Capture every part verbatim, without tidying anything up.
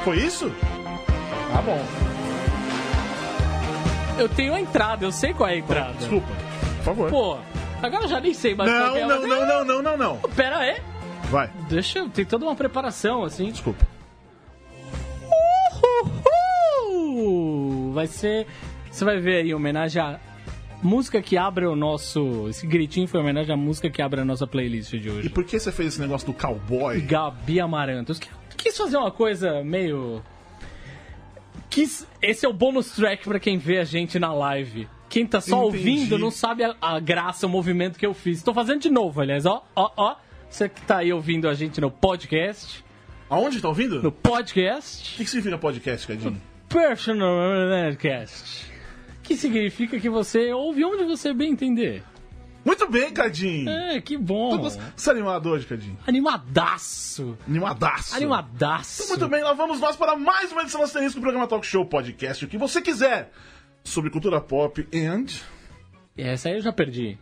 Foi isso? Tá bom. Eu tenho a entrada, eu sei qual é a entrada. Desculpa, por favor. Pô, agora eu já nem sei mais não, qual é. Não, não, não, não, não, não. Pera aí. Vai. Deixa eu... Tem toda uma preparação, assim. Desculpa. Uhul! Vai ser... Você vai ver aí, em homenagem à música que abre o nosso... Esse gritinho foi em homenagem à música que abre a nossa playlist de hoje. E por que você fez esse negócio do cowboy? Gabi Amarantos. Quis fazer uma coisa meio... Quis... Esse é o bônus track pra quem vê a gente na live. Quem tá só Entendi. ouvindo não sabe a, a graça, o movimento que eu fiz. Tô fazendo de novo, aliás. Ó, ó, ó. Você que tá aí ouvindo a gente no podcast. Aonde tá ouvindo? No podcast. O que, que significa podcast, Cadinho? Personal Podcast. Que significa que você ouve onde você bem entender. Muito bem, Cadinho. É, que bom. Você tá animado hoje, Cadinho? Animadaço. Animadaço. Animadaço. Então, muito bem, lá vamos nós para mais uma edição do Asterisco, do programa Talk Show Podcast, o que você quiser sobre cultura pop and... Essa aí eu já perdi.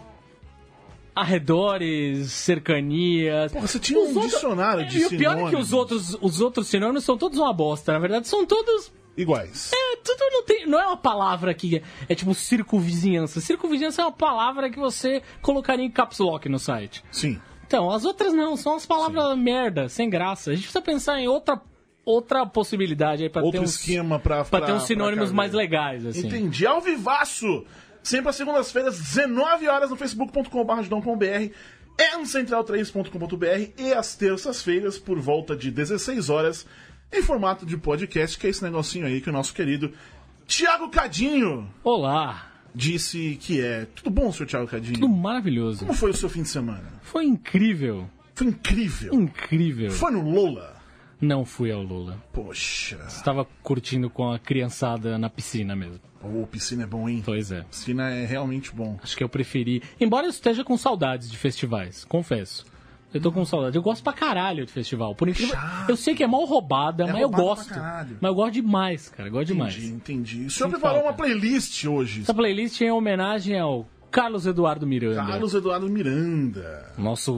Arredores, cercanias... Porra, você tinha um outros... dicionário de E o pior sinônimos. é que os outros, os outros sinônimos são todos uma bosta. Na verdade, são todos... Iguais. É, tudo não tem... Não é uma palavra que... É tipo circunvizinhança. Circunvizinhança é uma palavra que você colocaria em caps lock no site. Sim. Então, as outras não. São as palavras Sim. merda, sem graça. A gente precisa pensar em outra... Outra possibilidade aí pra Outro ter uns... esquema pra... Pra, pra ter uns sinônimos pra mais legais, assim. Entendi. Ao vivaço! Sempre às segundas-feiras, dezenove horas, no facebook ponto com barra judão ponto b r e no central três ponto com ponto b r e às terças-feiras, por volta de dezesseis horas, em formato de podcast, que é esse negocinho aí que o nosso querido Thiago Cadinho... Olá! Disse que é. Tudo bom, senhor Thiago Cadinho? Tudo maravilhoso. Como foi o seu fim de semana? Foi incrível. Foi incrível. Incrível. Foi no Lola? Não fui ao Lula. Poxa. Estava curtindo com a criançada na piscina mesmo. Oh, piscina é bom, hein? Pois é. Piscina é realmente bom. Acho que eu preferi... Embora eu esteja com saudades de festivais, confesso. Eu tô com saudade. Eu gosto pra caralho de festival. Por incrível... Chato. Eu sei que é mal roubada, É mas eu roubado gosto. pra caralho. Mas eu gosto demais, cara. Eu gosto Entendi, demais. entendi. O senhor Sem preparou falta. uma playlist hoje. Essa playlist é em homenagem ao Carlos Eduardo Miranda. Carlos Eduardo Miranda. Nosso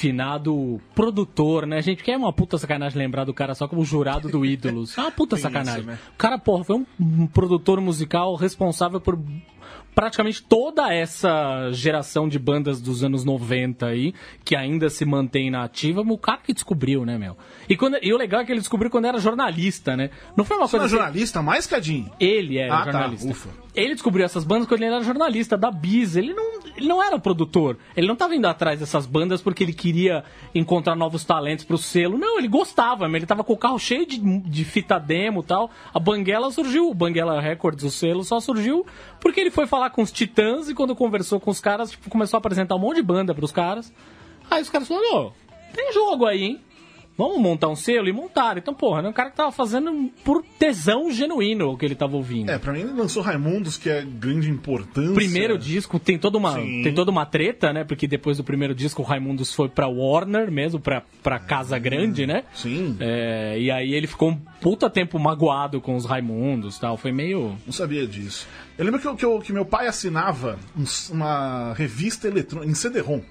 finado produtor, né, gente? Que é uma puta sacanagem lembrar do cara só como jurado do Ídolos. É uma puta Tem sacanagem. isso, né? O cara, porra, foi um, um produtor musical responsável por praticamente toda essa geração de bandas dos anos noventa aí, que ainda se mantém na ativa, mas o cara que descobriu, né, meu? E, quando, e o legal é que ele descobriu quando era jornalista, né? Não foi uma Você coisa não é assim... jornalista mais, Cadinho? Ele era Ah, tá, jornalista. ufa. Ele descobriu essas bandas quando ele era jornalista da Bis. Ele não, ele não era produtor. Ele não estava indo atrás dessas bandas porque ele queria encontrar novos talentos pro selo. Não, ele gostava, mas ele tava com o carro cheio de, de fita demo e tal. A Banguela surgiu, o Banguela Records, o selo, só surgiu porque ele foi falar com os Titãs e quando conversou com os caras, tipo, começou a apresentar um monte de banda pros caras. Aí os caras falaram, ô, tem jogo aí, hein? Vamos montar um selo? E montaram. Então, porra, né? Um cara que tava fazendo por tesão genuíno o que ele tava ouvindo. É, pra mim ele lançou Raimundos, que é grande importância. Primeiro disco tem toda uma, Sim. tem toda uma treta, né? Porque depois do primeiro disco o Raimundos foi pra Warner mesmo, pra, pra Casa Grande, né? Sim. É, e aí ele ficou um puta tempo magoado com os Raimundos e tal. Foi meio... Não sabia disso. Eu lembro que, eu, que, eu, que meu pai assinava um- uma revista eletrônica em C D ROM.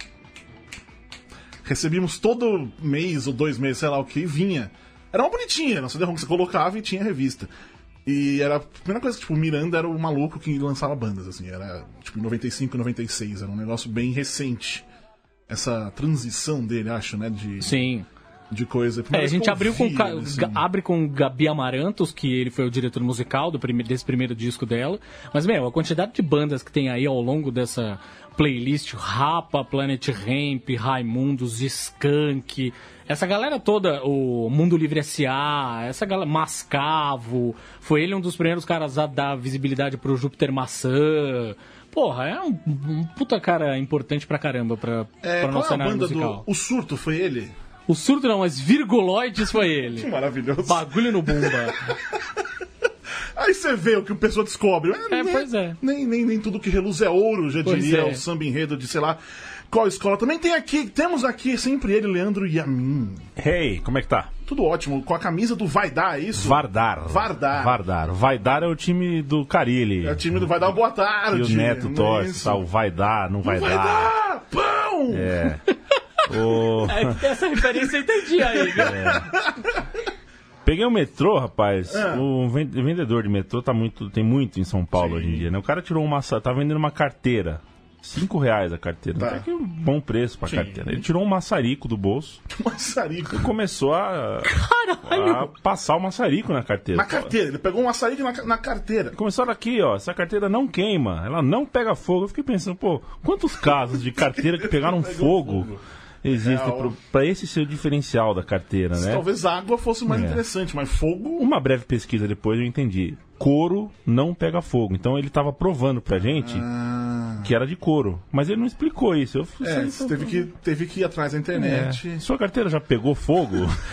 Recebíamos todo mês ou dois meses, sei lá o que, e vinha. Era uma bonitinha, era um C D ROM que você colocava e tinha revista. E era a primeira coisa que, tipo, o Miranda era o maluco que lançava bandas, assim. Era, tipo, em noventa e cinco, noventa e seis. Era um negócio bem recente. Essa transição dele, acho, né? De, Sim. de coisa. É, a gente abriu com, ca- assim. ga- abre com Gabi Amarantos, que ele foi o diretor musical do prime- desse primeiro disco dela. Mas, meu, a quantidade de bandas que tem aí ao longo dessa playlist, Rapa, Planet Ramp, Raimundos, Skank, essa galera toda, o Mundo Livre S A, essa galera, Mascavo, foi ele um dos primeiros caras a dar visibilidade pro Júpiter Maçã. Porra, é um, um puta cara importante pra caramba pra, É, pra qual nosso é a cenário banda musical. do... O Surto, foi ele? O Surto não, mas Virguloides foi ele. Que maravilhoso. Bagulho no bumba. Aí você vê o que o pessoal descobre. É, É, nem, pois é. Nem, nem, nem tudo que reluz é ouro, já Pois diria é. o samba enredo de, sei lá, qual escola. Também tem aqui, temos aqui sempre ele, Leandro Yamin. Hey, como é que tá? Tudo ótimo, com a camisa do Vai Dar, é isso? Vardar. Vardar. Vardar. Vai Dar é o time do Carilli. É o time do Vai Dar, boa tarde. E o Neto Não é torce, isso? tal. Vai dar, não vai, Vai dar! Pão! É. O... É, essa referência eu entendi aí. Viu? Peguei o metrô, rapaz. É. O ven- vendedor de metrô tá muito, tem muito em São Paulo hoje em dia, né? O cara tirou uma... Tá vendendo uma carteira. Cinco reais a carteira. Tá. Até que um bom preço pra Sim. carteira. Ele tirou um maçarico do bolso Maçarico. e começou a, a passar o maçarico na carteira. Na carteira, ele pegou um maçarico na, na carteira. Começaram aqui, ó, essa carteira não queima, ela não pega fogo. Eu fiquei pensando, pô, quantos casos de carteira que pegaram Pegou fogo, fogo. existem É, ó. pro- pra esse ser o diferencial da carteira, né? Talvez a água fosse mais É. interessante, mas fogo. Uma breve pesquisa depois eu entendi. Couro não pega fogo. Então ele tava provando pra gente Ah, que era de couro. Mas ele não explicou isso. Eu fui é, sei, você teve que, teve que ir atrás da internet. É. Sua carteira já pegou fogo?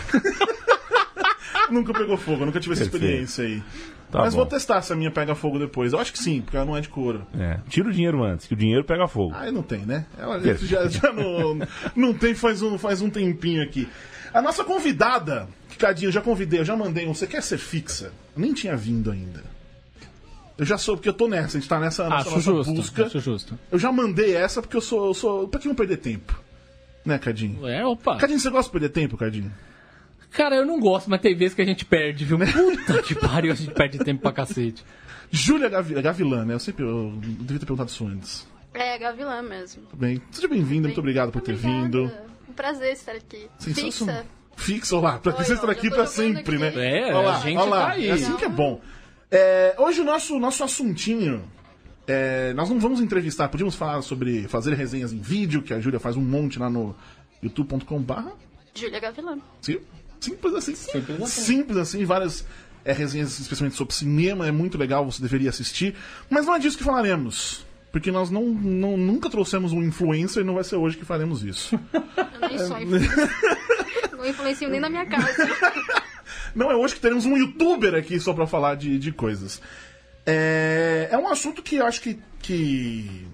Nunca pegou fogo, eu nunca tive essa Perfeito. experiência aí. Tá mas bom. vou testar se a minha pega fogo depois. Eu acho que sim, porque ela não é de couro. É. Tira o dinheiro antes, que o dinheiro pega fogo. Aí não tem, né? Ela Perfeito. já, já não, não tem faz um, faz um tempinho aqui. A nossa convidada, que Cadinho, eu já convidei, eu já mandei um. Você quer ser fixa? Eu nem tinha vindo ainda. Eu já sou, porque eu tô nessa, a gente tá nessa nessa Acho nossa justo, busca. acho justo. Eu já mandei essa porque eu sou. Eu sou pra que não perder tempo? Né, Cadinho? É, opa. Cadinho, você gosta de perder tempo, Cadinho? Cara, eu não gosto, mas tem vezes que a gente perde, viu? Puta que pariu, a gente perde tempo pra cacete. Júlia Gavi- Gavilã, né? Eu sempre eu devia ter perguntado isso antes. É, Gavilã mesmo. Tudo bem. Seja bem-vinda, muito obrigado por ter Obrigada. vindo. Um prazer estar aqui. Sensacional. Fixa. Fixa, olha lá, pra que Oi, você estar ó, aqui já tô pra jogando sempre, aqui. né? É, Olha lá, a gente olha lá, tá aí. é assim que é bom. É, hoje o nosso, nosso assuntinho, é, nós não vamos entrevistar, podíamos falar sobre fazer resenhas em vídeo, que a Júlia faz um monte lá no youtube ponto com barra Júlia Gavilã. simples assim. Simples assim. Simples assim, várias é, resenhas especialmente sobre cinema, é muito legal, você deveria assistir. Mas não é disso que falaremos. Porque nós não, não- nunca trouxemos um influencer e não vai ser hoje que faremos isso. Eu nem sou influencer. Não influencio nem na minha casa. Não é hoje que teremos um youtuber aqui só pra falar de, de coisas. É, é um assunto que eu acho que, que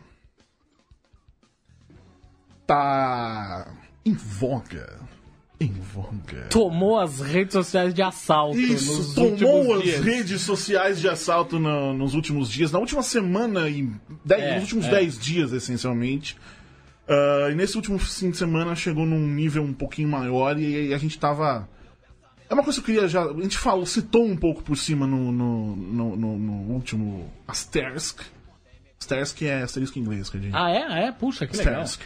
tá em voga. Em voga. Tomou as redes sociais de assalto Isso, nos tomou últimos as dias. redes sociais de assalto no- nos últimos dias, na última semana e dez, É, nos últimos é. dez dias, essencialmente. Ah, e nesse último fim de semana chegou num nível um pouquinho maior e a gente tava. É uma coisa que eu queria já. A gente falou, citou um pouco por cima no, no, no, no- no último. Asterisk. Asterisk é asterisco em inglês, acredito. Ah, é? Ah, é? Puxa, que legal. Asterisk.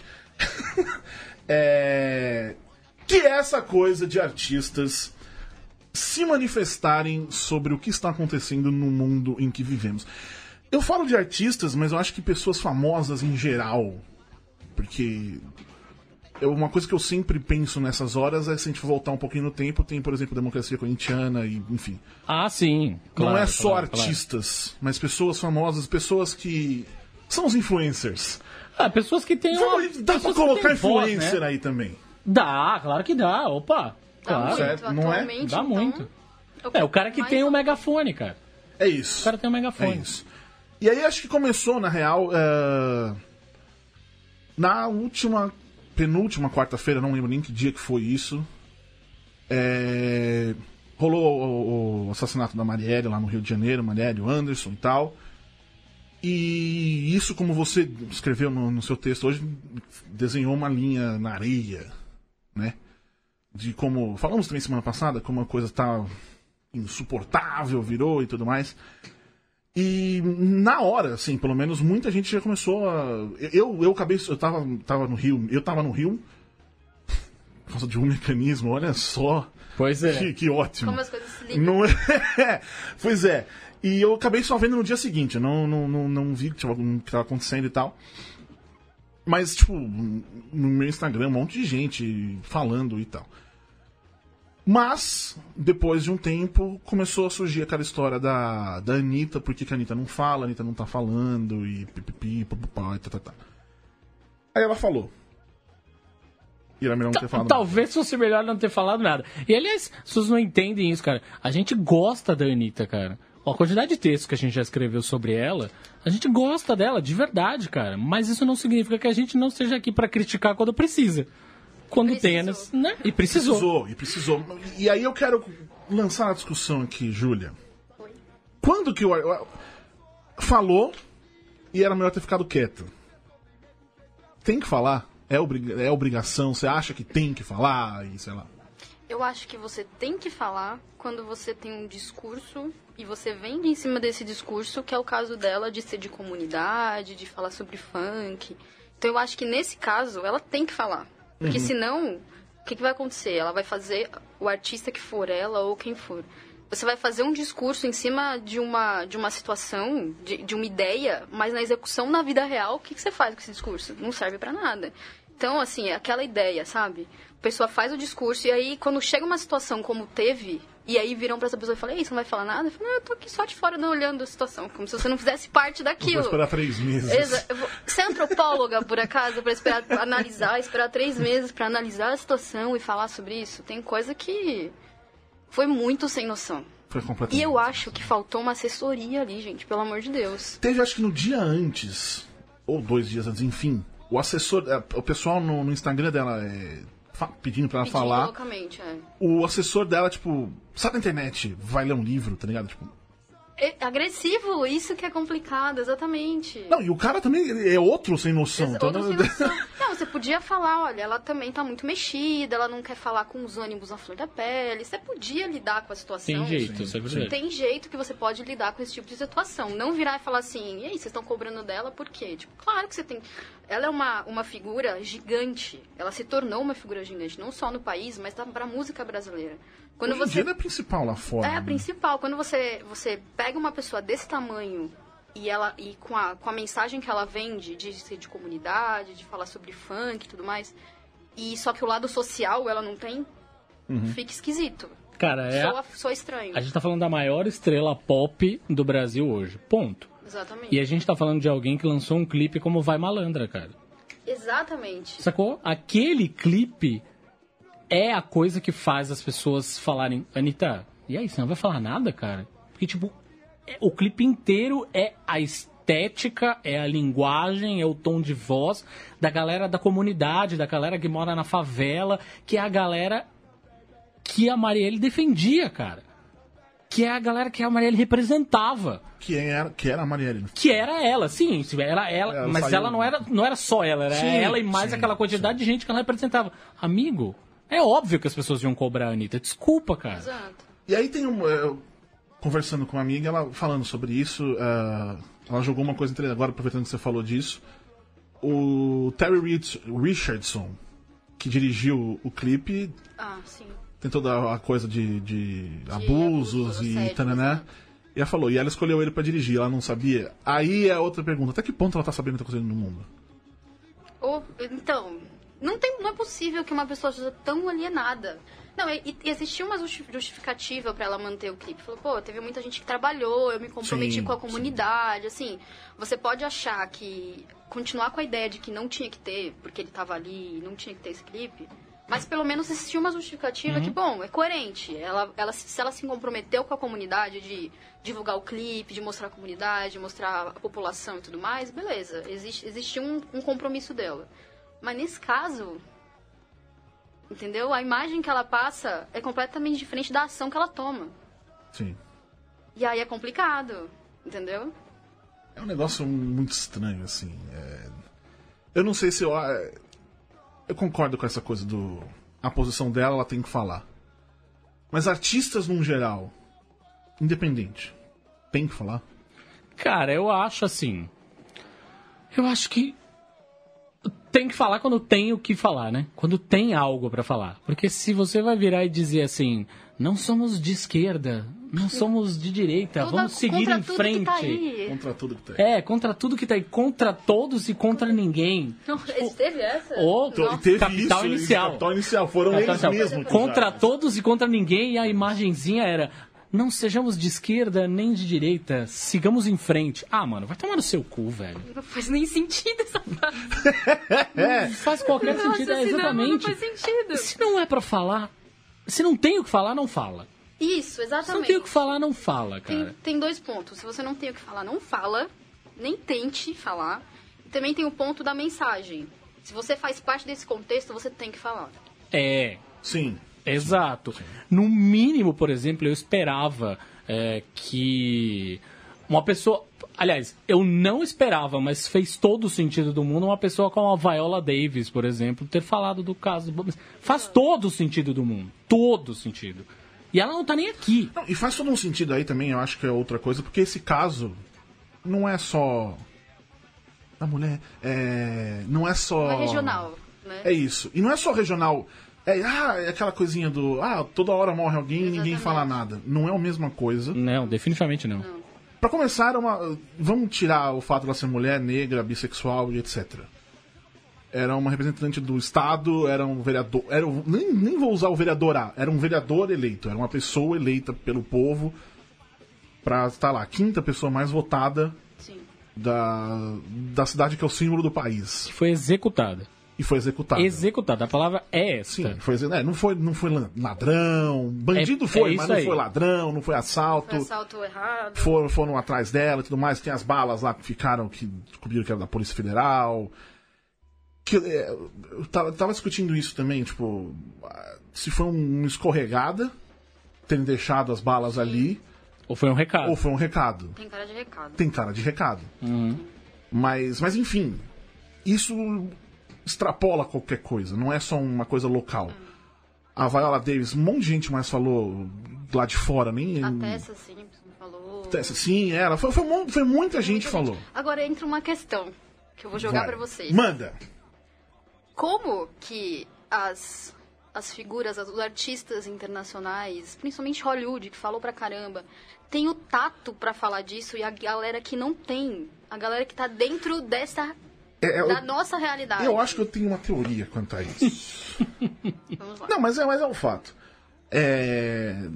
É, que é essa coisa de artistas se manifestarem sobre o que está acontecendo no mundo em que vivemos. Eu falo de artistas, mas eu acho que pessoas famosas em geral. Porque é uma coisa que eu sempre penso nessas horas é se a gente voltar um pouquinho no tempo, tem, por exemplo, democracia corintiana e, enfim. Ah, sim. Claro, Não é só claro, claro. artistas, mas pessoas famosas, pessoas que são os influencers. Ah, pessoas que têm uma... Vamos- Dá pra pessoas que colocar têm voz, influencer né? aí também. Dá, claro que dá. Opa. Dá Claro. muito, certo, não é? atualmente. Dá então, muito. eu É, o cara que mais tem o ou- megafone, cara. É isso. O cara tem um É megafone. isso. E aí acho que começou, na real, é, na última, penúltima quarta-feira, não lembro nem que dia que foi isso. é, Rolou o, o assassinato da Marielle lá no Rio de Janeiro, Marielle, o Anderson e tal. E isso, como você escreveu no, no seu texto hoje, desenhou uma linha na areia, né? De como. Falamos também semana passada, como a coisa tá insuportável, virou e tudo mais. E na hora, assim, pelo menos, muita gente já começou a. Eu, eu acabei. Eu tava, tava no Rio. Eu tava no Rio. Por causa de um mecanismo, olha só. Pois é. Que, que ótimo. Como as coisas se ligam. Não é? Pois é. E eu acabei só vendo no dia seguinte. Eu não, não, não, não vi o que estava acontecendo e tal. Mas, tipo, no meu Instagram, um monte de gente falando e tal. Mas, depois de um tempo, começou a surgir aquela história da, da Anitta, por que que a Anitta não fala, a Anitta não tá falando, e pipipi, papapá, e tá, tá, tá. Aí ela falou. E era melhor não ter falado nada. Talvez fosse melhor não ter falado nada. E, aliás, as pessoas não entendem isso, cara. A gente gosta da Anitta, cara. Ó, a quantidade de textos que a gente já escreveu sobre ela, a gente gosta dela, de verdade, cara. Mas isso não significa que a gente não esteja aqui pra criticar quando precisa. Quando Precisou. tem, a- né? E precisou. Precisou, e precisou. E aí eu quero lançar a discussão aqui, Júlia. Oi. Quando que o... o- Falou e era melhor ter ficado quieto. Tem que falar? É, obrig... é obrigação? Você acha que tem que falar? E sei lá. Eu acho que você tem que falar quando você tem um discurso e você vende em cima desse discurso, que é o caso dela de ser de comunidade, de falar sobre funk. Então eu acho que nesse caso ela tem que falar. Porque uhum. senão, o que, que vai acontecer? Ela vai fazer, o artista que for ela ou quem for, você vai fazer um discurso em cima de uma, de uma situação, de, de uma ideia, mas na execução, na vida real, o que, que você faz com esse discurso? Não serve pra nada. Então, assim, é aquela ideia, sabe? A pessoa faz o discurso e aí, quando chega uma situação como teve, e aí viram pra essa pessoa e falam, ei, você não vai falar nada? Eu falo, não, eu tô aqui só de fora não, olhando a situação, como se você não fizesse parte daquilo. Eu vou esperar três meses. Exa- eu vou... Você é antropóloga, por acaso, pra esperar, analisar, esperar três meses pra analisar a situação e falar sobre isso? Tem coisa que foi muito sem noção. Foi completamente. E eu acho que faltou uma assessoria ali, gente, pelo amor de Deus. Teve, acho que no dia antes, ou dois dias antes, enfim, o assessor, o pessoal no, no Instagram dela é, fa- pedindo pra ela Pedindo falar. loucamente, é. O assessor dela, tipo, sai da internet, vai ler um livro, tá ligado? Tipo, É agressivo, isso que é complicado, exatamente. não, e o cara também ele é outro sem noção. Ex- Então, outro não... sem noção. Não, você podia falar, olha, ela também tá muito mexida, ela não quer falar com os ânimos à flor da pele. Você podia lidar com a situação. Tem jeito, isso é verdade. Tem jeito que você pode lidar com esse tipo de situação. Não virar e falar assim, e aí, vocês estão cobrando dela por quê? Tipo, claro que você tem... Ela é uma, uma figura gigante. Ela se tornou uma figura gigante, não só no país, mas pra música brasileira. Quando Hoje em você... dia ela é a principal lá fora. É a né? principal. Quando você, você pega uma pessoa desse tamanho e, ela, e com, a, com a mensagem que ela vende de ser de comunidade, de falar sobre funk e tudo mais, e só que o lado social ela não tem, uhum. fica esquisito. Cara, é Soa, a... soa estranho. A gente tá falando da maior estrela pop do Brasil hoje. Ponto. Exatamente. E a gente tá falando de alguém que lançou um clipe como Vai Malandra, cara. Exatamente. Sacou? Aquele clipe é a coisa que faz as pessoas falarem, Anitta, e aí, você não vai falar nada, cara? Porque, tipo, é, o clipe inteiro é a estética, é a linguagem, é o tom de voz da galera da comunidade, da galera que mora na favela, que é a galera que a Marielle defendia, cara. Que é a galera que a Marielle representava. Que era, que era a Marielle. Que era ela, sim. Era ela, ela mas saiu... ela não era, não era só ela, era sim, ela e mais sim, aquela quantidade sim. de gente que ela representava. Amigo, é óbvio que as pessoas iam cobrar a Anitta. Desculpa, cara. Exato. E aí tem um... Eu, conversando com uma amiga, ela falando sobre isso, uh, ela jogou uma coisa interessante, agora aproveitando que você falou disso. O Terry Rich- Richardson, que dirigiu o clipe... Ah, sim. Tem toda a coisa de, de, de abusos abuso, e assédio, tananá. né? E ela falou, e ela escolheu ele pra dirigir, ela não sabia. Aí é outra pergunta, até que ponto ela tá sabendo o que tá acontecendo no mundo? Ou, então, não, tem, não é possível que uma pessoa seja tão alienada. Não, e, e existia uma justi- justificativa pra ela manter o clipe. Falou, pô, teve muita gente que trabalhou, eu me comprometi Sim, com a comunidade, assim. Você pode achar que... Continuar com a ideia de que não tinha que ter, porque ele tava ali e não tinha que ter esse clipe... Mas pelo menos existia uma justificativa Uhum. que, bom, é coerente. Ela, ela, se ela se comprometeu com a comunidade de divulgar o clipe, de mostrar a comunidade, de mostrar a população e tudo mais, beleza. Existe, existia um, um compromisso dela. Mas nesse caso, entendeu? A imagem que ela passa é completamente diferente da ação que ela toma. Sim. E aí é complicado, entendeu? É um negócio muito estranho, assim. é- Eu não sei se eu... Eu concordo com essa coisa do... A posição dela, ela tem que falar. Mas artistas, num geral, independente, tem que falar? Cara, eu acho assim... Eu acho que tem que falar quando tem o que falar, né? Quando tem algo pra falar. Porque se você vai virar e dizer assim... Não somos de esquerda, não somos de direita, Toda- vamos seguir contra em tudo frente. que tá aí. Contra tudo que tem. É, contra tudo que tá aí, contra todos e contra ninguém. Não, teve essa? Ou Então, teve Capital isso, Inicial. Capital Inicial. Foram Capital eles Inicial. mesmos. que Contra usaram. todos e contra ninguém, e a imagenzinha era: não sejamos de esquerda nem de direita, sigamos em frente. Ah, mano, vai tomar no seu cu, velho. Não faz nem sentido essa frase. Não faz qualquer sentido, é Nossa, senão exatamente. Não faz sentido. Se não é pra falar, se não tem o que falar, não fala. Isso, Se não exatamente. tem o que falar, não fala, Tem, cara. tem dois pontos. Se você não tem o que falar, não fala. Nem tente falar. E também tem o ponto da mensagem. Se você faz parte desse contexto, você tem que falar. É, Sim. exato. No mínimo, por exemplo, eu esperava é, que Uma pessoa... Aliás, eu não esperava, mas fez todo o sentido do mundo uma pessoa como a Viola Davis, por exemplo, ter falado do caso. Faz todo o sentido do mundo. Todo o sentido. E ela não tá nem aqui. Não, e faz todo um sentido aí também, eu acho que é outra coisa, porque esse caso não é só... A mulher... É... Não é só... Não é regional, né? É isso. E não é só regional... É, ah, é aquela coisinha do... Ah, toda hora morre alguém e ninguém fala nada. Não é a mesma coisa. Não, definitivamente não. Não. Pra começar, era uma... vamos tirar o fato de ela ser mulher, negra, bissexual e etcétera. Era uma representante do Estado, era um vereador... Era um... nem, nem vou usar o vereador A, era um vereador eleito, era uma pessoa eleita pelo povo pra estar lá, a quinta pessoa mais votada Sim. da, da cidade que é o símbolo do país. Foi executada. E foi executada. Executada, a palavra é essa. Sim, foi, é, não, foi, não foi ladrão, bandido É- foi, é mas isso não aí. foi ladrão, não foi assalto. Foi assalto errado. Foram, foram atrás dela e tudo mais. Tem as balas lá que ficaram, que descobriram que era da Polícia Federal. Que, é, eu tava, tava discutindo isso também, tipo, se foi uma escorregada, terem deixado as balas ali, Ou foi um recado. ou foi um recado. Tem cara de recado. Tem cara de recado. Mas, mas, enfim, isso extrapola qualquer coisa, não é só uma coisa local. A Viola Davis, um monte de gente mais falou lá de fora, nem... A Tessa Simpson falou. Tessa, sim, ela. Foi, foi, mu- foi muita gente Muita falou. Agora entra uma questão que eu vou jogar Vai. pra vocês. Manda. Como que as, as figuras, os artistas internacionais, principalmente Hollywood, que falou pra caramba, tem o tato pra falar disso e a galera que não tem, a galera que tá dentro dessa, É, é, da eu, nossa realidade. eu acho que eu tenho uma teoria quanto a isso. Vamos lá. Não, mas é, mas é um fato. É...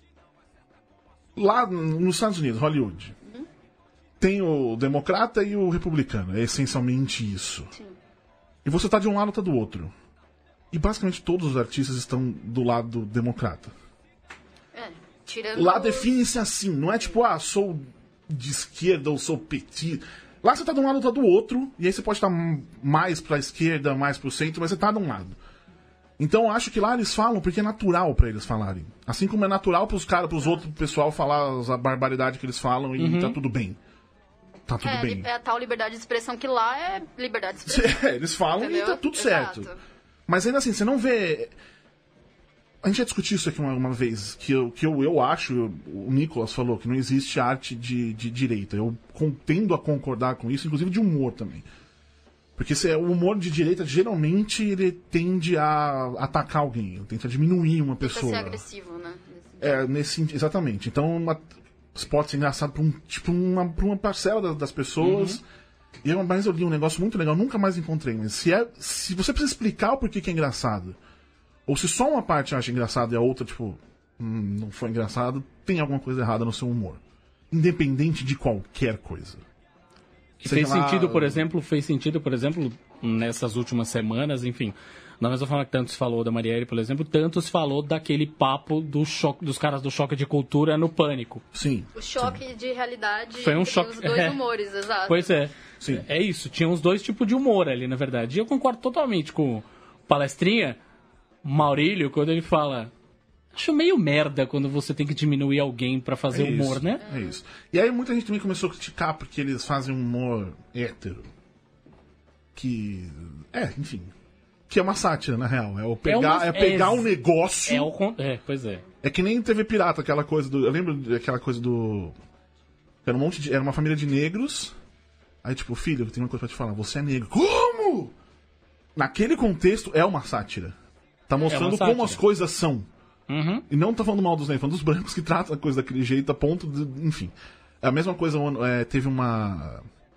Lá nos Estados Unidos, Hollywood, tem o democrata e o republicano. É essencialmente isso. Sim. E você tá de um lado ou tá do outro. E basicamente todos os artistas estão do lado democrata. É, tirando... Lá define-se assim, não é tipo, ah, sou de esquerda ou sou petista. Lá você tá de um lado ou tá do outro, e aí você pode estar mais pra esquerda, mais pro centro, mas você tá de um lado. Então eu acho que lá eles falam porque é natural pra eles falarem. Assim como é natural pros caras, pros outros pro pessoal falar a barbaridade que eles falam e tá tudo bem. Tá tudo É, bem. é a tal liberdade de expressão que lá é liberdade de expressão. É, eles falam Entendeu? e tá tudo Exato. certo. Mas ainda assim, você não vê. A gente já discutiu isso aqui uma, uma vez, que, eu, que eu, eu acho, eu- o Nicolas falou que não existe arte de, de direita. Eu con- tendo a concordar com isso, inclusive de humor também. Porque se é- o humor de direita, geralmente, ele tende a atacar alguém, ele tenta diminuir uma Tenta pessoa. ser agressivo, né? É, nesse sentido, exatamente. Então, uma, pode ser engraçado pra, um, tipo, uma, pra uma parcela da- das pessoas. E eu, mas eu li um negócio muito legal, nunca mais encontrei. Mas se, é, se você precisa explicar o porquê que é engraçado, ou se só uma parte acha engraçado e a outra, tipo, hum, não foi engraçado, tem alguma coisa errada no seu humor. Independente de qualquer coisa. E Seja fez lá- sentido, por exemplo, fez sentido, por exemplo, nessas últimas semanas, enfim. Na mesma forma que tanto se falou da Marielle, por exemplo, tanto se falou daquele papo do choque, dos caras do choque de cultura no Pânico. Sim. O choque de realidade Foi um entre choque- os dois é. humores, exato. Pois é. Sim. É isso, tinha os dois tipos de humor ali, na verdade. E eu concordo totalmente com o Palestrinha, Maurílio, quando ele fala... Acho meio merda quando você tem que diminuir alguém pra fazer É humor, isso, né? É isso. E aí muita gente também começou a criticar porque eles fazem um humor hétero. Que. É, enfim. Que é uma sátira, na real. É, o pegar, uma- é pegar é- um negócio. É o con- É, pois é. É que nem T V Pirata, aquela coisa do. Eu lembro daquela coisa do. Era um monte de. Era uma família de negros. Aí, tipo, filho, tem uma coisa pra te falar. Você é negro. Como? Naquele contexto, é uma sátira. Tá mostrando sátira. como as coisas são. Uhum. E não tá falando mal dos negros, falando dos brancos que tratam a coisa daquele jeito a ponto de. Enfim. É a mesma coisa, é, teve uma.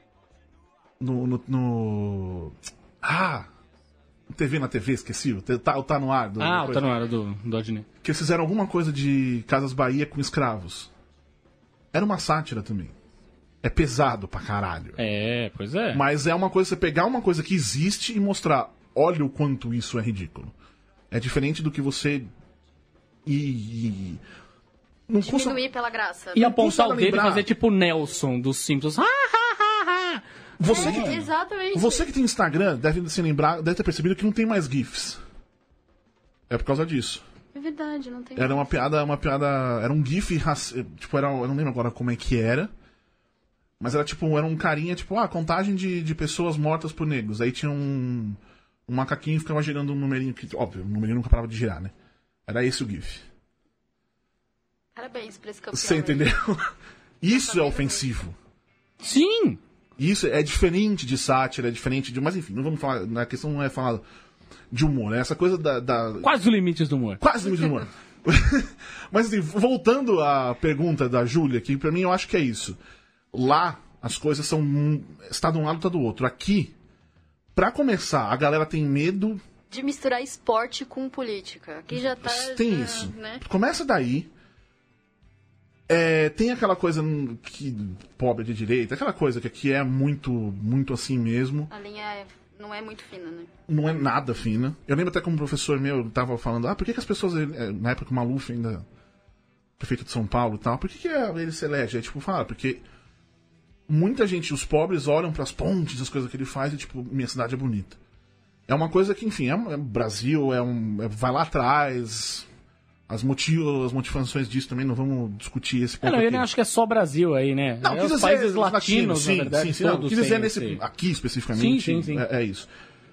No. no, no... Ah! T V na T V, esqueci. o Tá, o tá no ar. Do, Ah, do tá coisa. no ar do, do Adnet. Que eles fizeram alguma coisa de Casas Bahia com escravos. Era uma sátira também. É pesado pra caralho. É, pois é. Mas é uma coisa, você pegar uma coisa que existe e mostrar, olha o quanto isso é ridículo. É diferente do que você. E. e... Não custa. Diminuir pela graça. E Não apontar custa o dedo e lembrar. fazer tipo o Nelson dos Simpsons. Ha, ha, ha, ha. Você É, que, exatamente. você que tem Instagram deve se lembrar, deve ter percebido que não tem mais GIFs. É por causa disso. É verdade, não tem Era uma mais. piada, uma piada. Era um GIF raci- tipo, era, eu não lembro agora como é que era. Mas era tipo, era um carinha, tipo, ah, contagem de, de pessoas mortas por negros. Aí tinha um, um macaquinho que ficava girando um numerinho que, óbvio, o numerinho nunca parava de girar, né? Era esse o GIF. Parabéns pra esse campeão. Você entendeu? Isso é ofensivo. Sim! Isso é diferente de sátira, é diferente de... Mas enfim, não vamos falar... A questão não é falar de humor, é essa coisa da... da... Quase os limites do humor. Quase o limite do humor. Mas assim, voltando à pergunta da Júlia, que pra mim eu acho que é isso. Lá, as coisas são... Está de um lado, está do outro. Aqui, pra começar, a galera tem medo... De misturar esporte com política. Aqui já tá... Tem já, isso. Né? Começa daí... É, tem aquela coisa que pobre de direita, aquela coisa que aqui é muito, muito assim mesmo. A linha é, não é muito fina, né? Não é nada fina. Eu lembro até como um professor meu tava falando, ah, por que, que as pessoas, na época que o Maluf ainda, prefeito de São Paulo e tal, por que, que ele se elege? Aí tipo, fala, porque muita gente, os pobres olham pras pontes, as coisas que ele faz e tipo, minha cidade é bonita. É uma coisa que, enfim, é, é Brasil, é um, é, vai lá atrás... As, motiv as motivações disso também, não vamos discutir esse ponto. É, não, eu aqui. não acho que é só Brasil aí, né? Não, é quis os dizer países os latinos, sim, na verdade, sim, sim, não, todos quis dizer têm nesse, esse- aqui especificamente. Sim, sim, sim. É, é isso.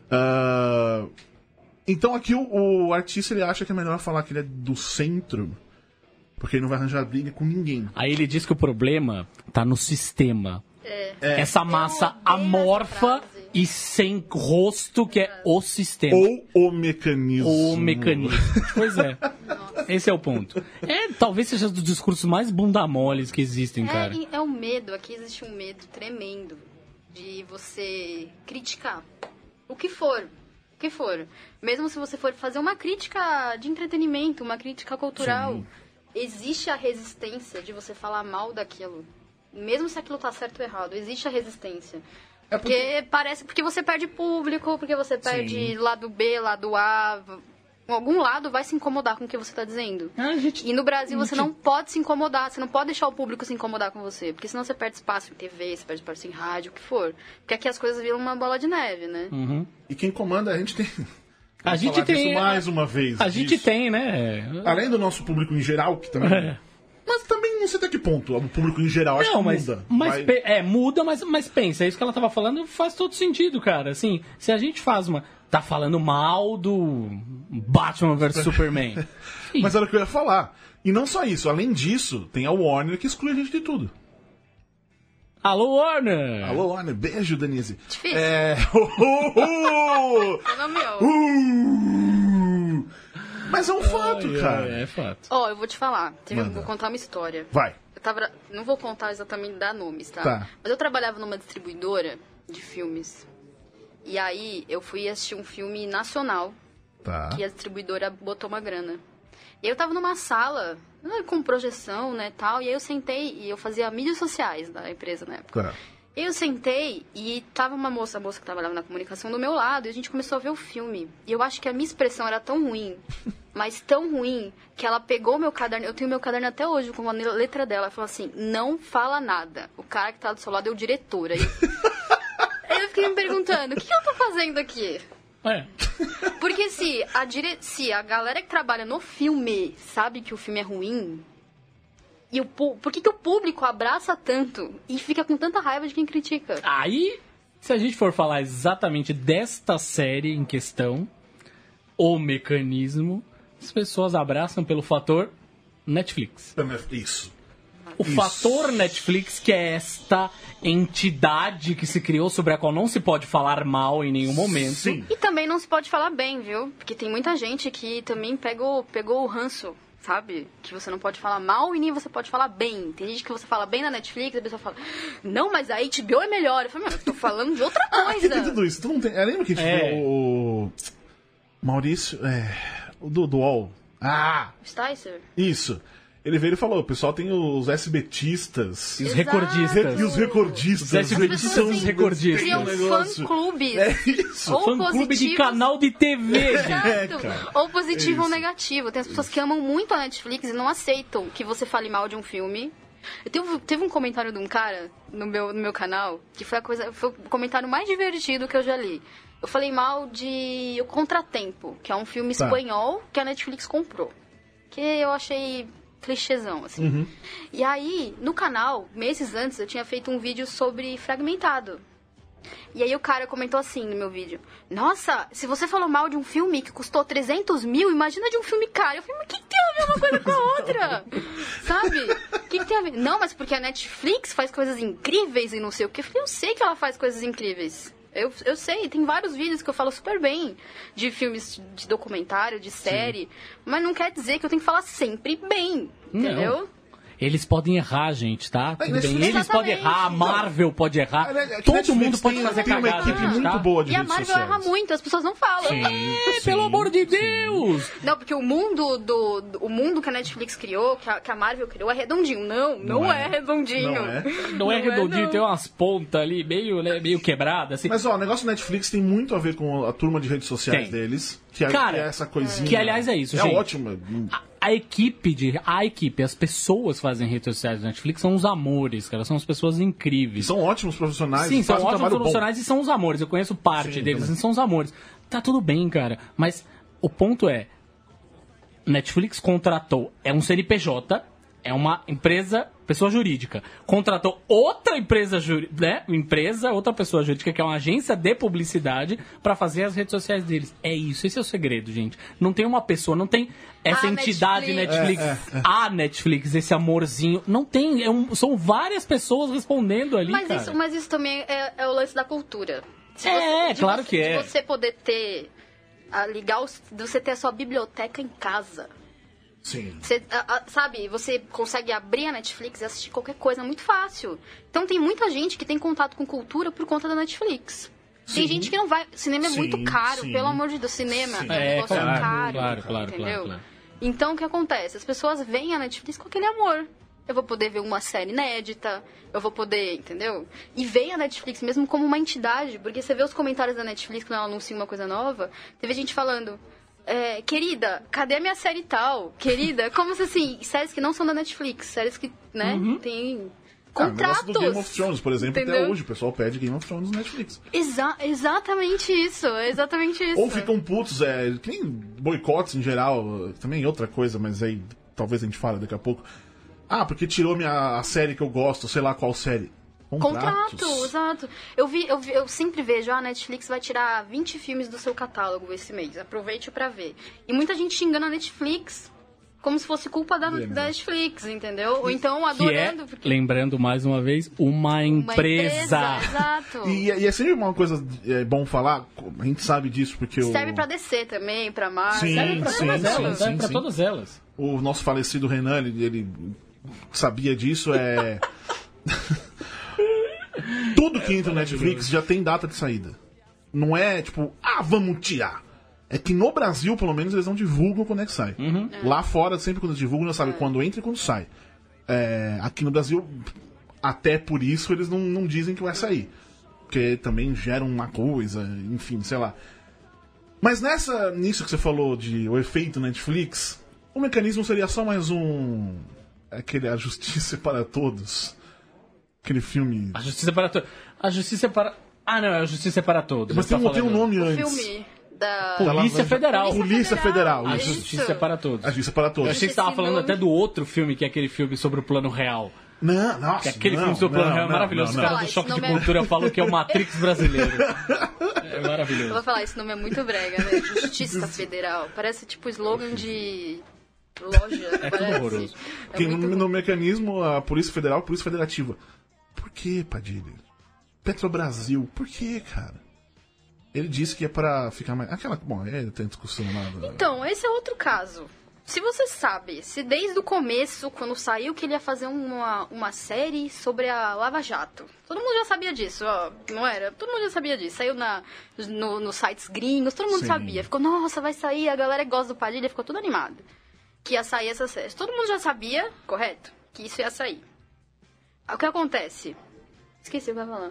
Ah, então aqui o, o artista ele acha que é melhor falar que ele é do centro, porque ele não vai arranjar briga com ninguém. Aí ele diz que o problema tá no sistema. É. Essa massa odeio amorfa essa frase. e sem rosto que é o sistema. Ou o mecanismo. O mecanismo. Pois é. Esse é o ponto. É, talvez seja um dos discursos mais bunda moles que existem, cara. É, e é um medo, aqui existe um medo tremendo de você criticar. O que for. O que for. Mesmo se você for fazer uma crítica de entretenimento, uma crítica cultural, Sim. existe a resistência de você falar mal daquilo. Mesmo se aquilo tá certo ou errado, existe a resistência. É porque... porque- parece porque você perde público, porque você perde Sim. lado B, lado A. Algum lado vai se incomodar com o que você tá dizendo. A gente- E no Brasil você gente- não pode se incomodar, você não pode deixar o público se incomodar com você, porque senão você perde espaço em T V, você perde espaço em rádio, o que for. Porque aqui as coisas viram uma bola de neve, né? Uhum. E quem comanda, a gente tem. A Vamos gente falar tem. disso mais uma vez. A gente disso. tem, né? Além do nosso público em geral, que também. É. Mas também não sei até que ponto. O público em geral acho Não, que mas, muda. mas Vai- pe- é, muda, mas, mas pensa, isso que ela tava falando faz todo sentido, cara. Assim, se a gente faz uma. Tá falando mal do Batman versus Superman. Ih, Mas era o que eu ia falar. E não só isso, além disso, tem a Warner que exclui a gente de tudo. Alô, Warner! Alô, Warner, beijo, Denise. Difícil. É. Uh! Você não me ouve. Uh! Mas é um fato, Ai, cara. ai, É fato. Ó, eu vou te falar. Teve- Manda. vou contar uma história. Vai. Eu tava. Não vou contar exatamente dar nomes, tá? Tá. Mas eu trabalhava numa distribuidora de filmes. E aí eu fui assistir um filme nacional Tá. que a distribuidora botou uma grana. E aí eu tava numa sala né, com projeção, né, tal, e aí eu sentei e eu fazia mídias sociais da empresa na época. Tá. E aí eu sentei e tava uma moça, a moça que trabalhava na comunicação do meu lado, e a gente começou a ver o filme. E eu acho que a minha expressão era tão ruim, mas tão ruim, que ela pegou meu caderno, eu tenho meu caderno até hoje com a letra dela, ela falou assim, não fala nada. O cara que tá do seu lado é o diretor. Aí Aí eu fiquei me perguntando, o que eu tô fazendo aqui? É. Porque se a, dire... se a galera que trabalha no filme sabe que o filme é ruim, e o pu... por que, que o público abraça tanto e fica com tanta raiva de quem critica? Aí, se a gente for falar exatamente desta série em questão, o mecanismo, as pessoas abraçam pelo fator Netflix. Isso. O Isso. fator Netflix, que é esta entidade que se criou sobre a qual não se pode falar mal em nenhum momento. Sim. E também não se pode falar bem, viu? Porque tem muita gente que também pegou, pegou o ranço, sabe? Que você não pode falar mal e nem você pode falar bem. Tem gente que você fala bem na Netflix e a pessoa fala, não, mas a H B O é melhor. Eu falo, meu, eu tô falando de outra Aqui tem coisa. tudo isso. Tu não tem... é, lembra que a gente É. viu o... Maurício... É... O do, do UOL. Ah! Sticer? Isso. Ele veio e falou, o pessoal tem os SBTistas E os Exato. recordistas. e os recordistas. Os SBTistas são os recordistas. Criam Esse negócio. fã-clubes. É isso. Ou Fã-clube de positivos. canal de T V, gente. É, Exato. cara. Ou positivo É ou isso. negativo. Tem as pessoas que amam muito a Netflix e não aceitam que você fale mal de um filme. Eu teve, teve um comentário de um cara no meu, no meu canal que foi a coisa, foi o comentário mais divertido que eu já li. Eu falei mal de O Contratempo, que é um filme Tá. espanhol que a Netflix comprou. Que eu achei clichêzão, assim. Uhum. E aí, no canal, meses antes, eu tinha feito um vídeo sobre Fragmentado. E aí o cara comentou assim no meu vídeo: nossa, se você falou mal de um filme que custou trezentos mil, imagina de um filme caro. Eu falei, mas o que, que tem a ver uma coisa com a outra? Sabe? O que, que tem a ver? Não, mas porque a Netflix faz coisas incríveis e não sei o que. Eu falei, eu sei que ela faz coisas incríveis. Eu, eu sei, tem vários vídeos que eu falo super bem de filmes de documentário, de série. Sim. Mas não quer dizer que eu tenho que falar sempre bem, entendeu? Não. Eles podem errar, gente, tá? Tudo Mas, bem. exatamente. Eles podem errar, a Marvel pode errar. É, é, todo Netflix mundo pode tem, fazer tem cagada. uma equipe gente, muito tá? boa de E a redes Marvel sociais. erra muito, as pessoas não falam. Sim, Sim, pelo amor de Deus! Não, porque o mundo do, do o mundo que a Netflix criou, que a, que a Marvel criou, é redondinho. Não, não, Não é. é. redondinho. Não é. Não é redondinho, não. tem umas pontas ali meio, né, meio quebradas. Assim. Mas ó, o negócio do Netflix tem muito a ver com a turma de redes sociais Tem. deles. Que é, Cara, que é essa coisinha. que, aliás, é isso, É gente. ótimo. A, a equipe de. A equipe, as pessoas que fazem redes sociais do Netflix são os amores, cara. São as pessoas E incríveis. são ótimos profissionais. Sim, são fazem um ótimos trabalho bom. profissionais e são os amores. Eu conheço parte Sim, deles, também. e são os amores. Tá tudo bem, cara. Mas o ponto é: Netflix contratou. É um C N P J, é uma empresa, pessoa jurídica. Contratou outra empresa, juri, né? Empresa, outra pessoa jurídica, que é uma agência de publicidade, pra fazer as redes sociais deles. É isso, esse é o segredo, gente. Não tem uma pessoa, não tem essa A entidade Netflix. Netflix, É, é, é. a Netflix, esse amorzinho. Não tem, é um- são várias pessoas respondendo ali, Mas cara. isso, mas isso também é, é o lance da cultura. Se É, de claro você- que é. De você poder ter, a, ligar, os, de você ter a sua biblioteca em casa. Sim. Você, a- a- sabe, você consegue abrir a Netflix e assistir qualquer coisa muito fácil. Então tem muita gente que tem contato com cultura por conta da Netflix. Tem Sim. gente que não vai... Cinema é Sim, muito caro, sim. pelo amor de Deus. Cinema Sim. é um É, negócio claro, caro, claro, claro, entendeu? claro, claro. Então o que acontece? As pessoas veem a Netflix com aquele amor. Eu vou poder ver uma série inédita, eu vou poder, entendeu? E vem a Netflix mesmo como uma entidade, porque você vê os comentários da Netflix quando ela anuncia uma coisa nova, teve gente falando... É, querida, cadê a minha série tal? Querida, como se assim, séries que não são da Netflix, séries que, né, tem Ah, o negócio contratos. do Game of Thrones, por exemplo, até entendeu? hoje o pessoal pede Game of Thrones no Netflix. Exa exatamente isso, é exatamente isso. Ou ficam putos, é, que nem boicotes em geral, também outra coisa, mas aí talvez a gente fale daqui a pouco. Ah, porque tirou minha, a série que eu gosto, sei lá qual série. Contratos. Contrato, exato. Eu, vi, eu, vi, eu sempre vejo, ah, a Netflix vai tirar vinte filmes do seu catálogo esse mês, aproveite pra ver. E muita gente xingando a Netflix como se fosse culpa da, Deles, da né? Netflix, entendeu? Ou então Que é, adorando... porque... lembrando mais uma vez, uma Uma empresa. Exato. E, e é sempre uma coisa é, bom falar, a gente sabe disso porque Serve o, pra D C também, pra Marvel. Sim, Serve pra sim, todas sim, elas, sim, serve pra sim. todas elas. o nosso falecido Renan, ele, ele sabia disso, é... Tudo que entra no Netflix já tem data de saída. Não é tipo, ah, vamos tirar. É que no Brasil, pelo menos, eles não divulgam quando é que sai. Lá fora, sempre quando eles divulgam, já sabe quando entra e quando sai. É, aqui no Brasil, até por isso, eles não, não dizem que vai sair. Porque também gera uma coisa, enfim, sei lá. Mas nessa, nisso que você falou de o efeito Netflix, o mecanismo seria só mais um... Aquele A Justiça para Todos. Aquele filme... A justiça é para todos. A justiça é para... Ah, não, a justiça é para todos. Mas Você tem, tá um, tem um falando. nome O antes. filme da... Polícia Federal. Polícia Federal, A isso. justiça é para todos. A Justiça para Eu Todos. achei que você estava Esse falando nome- até do outro filme, que é aquele filme sobre o plano real. Não, nossa, Que aquele não, filme sobre o plano não, real é não, maravilhoso. Os não, caras não. do Choque de Esse nome é- Cultura falam que é o Matrix brasileiro. É Eu maravilhoso. vou falar, esse nome é muito brega, né? Justiça Federal. Parece tipo slogan de loja, É tudo parece. horroroso. É Porque muito no, ruim. no mecanismo, a Polícia Federal, a Polícia Federativa. Por que, Padilha? Petrobrasil, por que, cara? Ele disse que é pra ficar mais... Aquela... Bom, é, tem discussão lá. da- Então, esse é outro caso. Se você sabe, se desde o começo, quando saiu que ele ia fazer uma, uma série sobre a Lava Jato, todo mundo já sabia disso, ó, não era? Todo mundo já sabia disso. Saiu na, no, nos sites gringos, todo mundo Sim. sabia. Ficou, nossa, vai sair, a galera que gosta do Padilha ficou tudo animada. Que ia sair essa série. Todo mundo já sabia, correto? Que isso ia sair. O que acontece? Esqueci o que eu ia falar.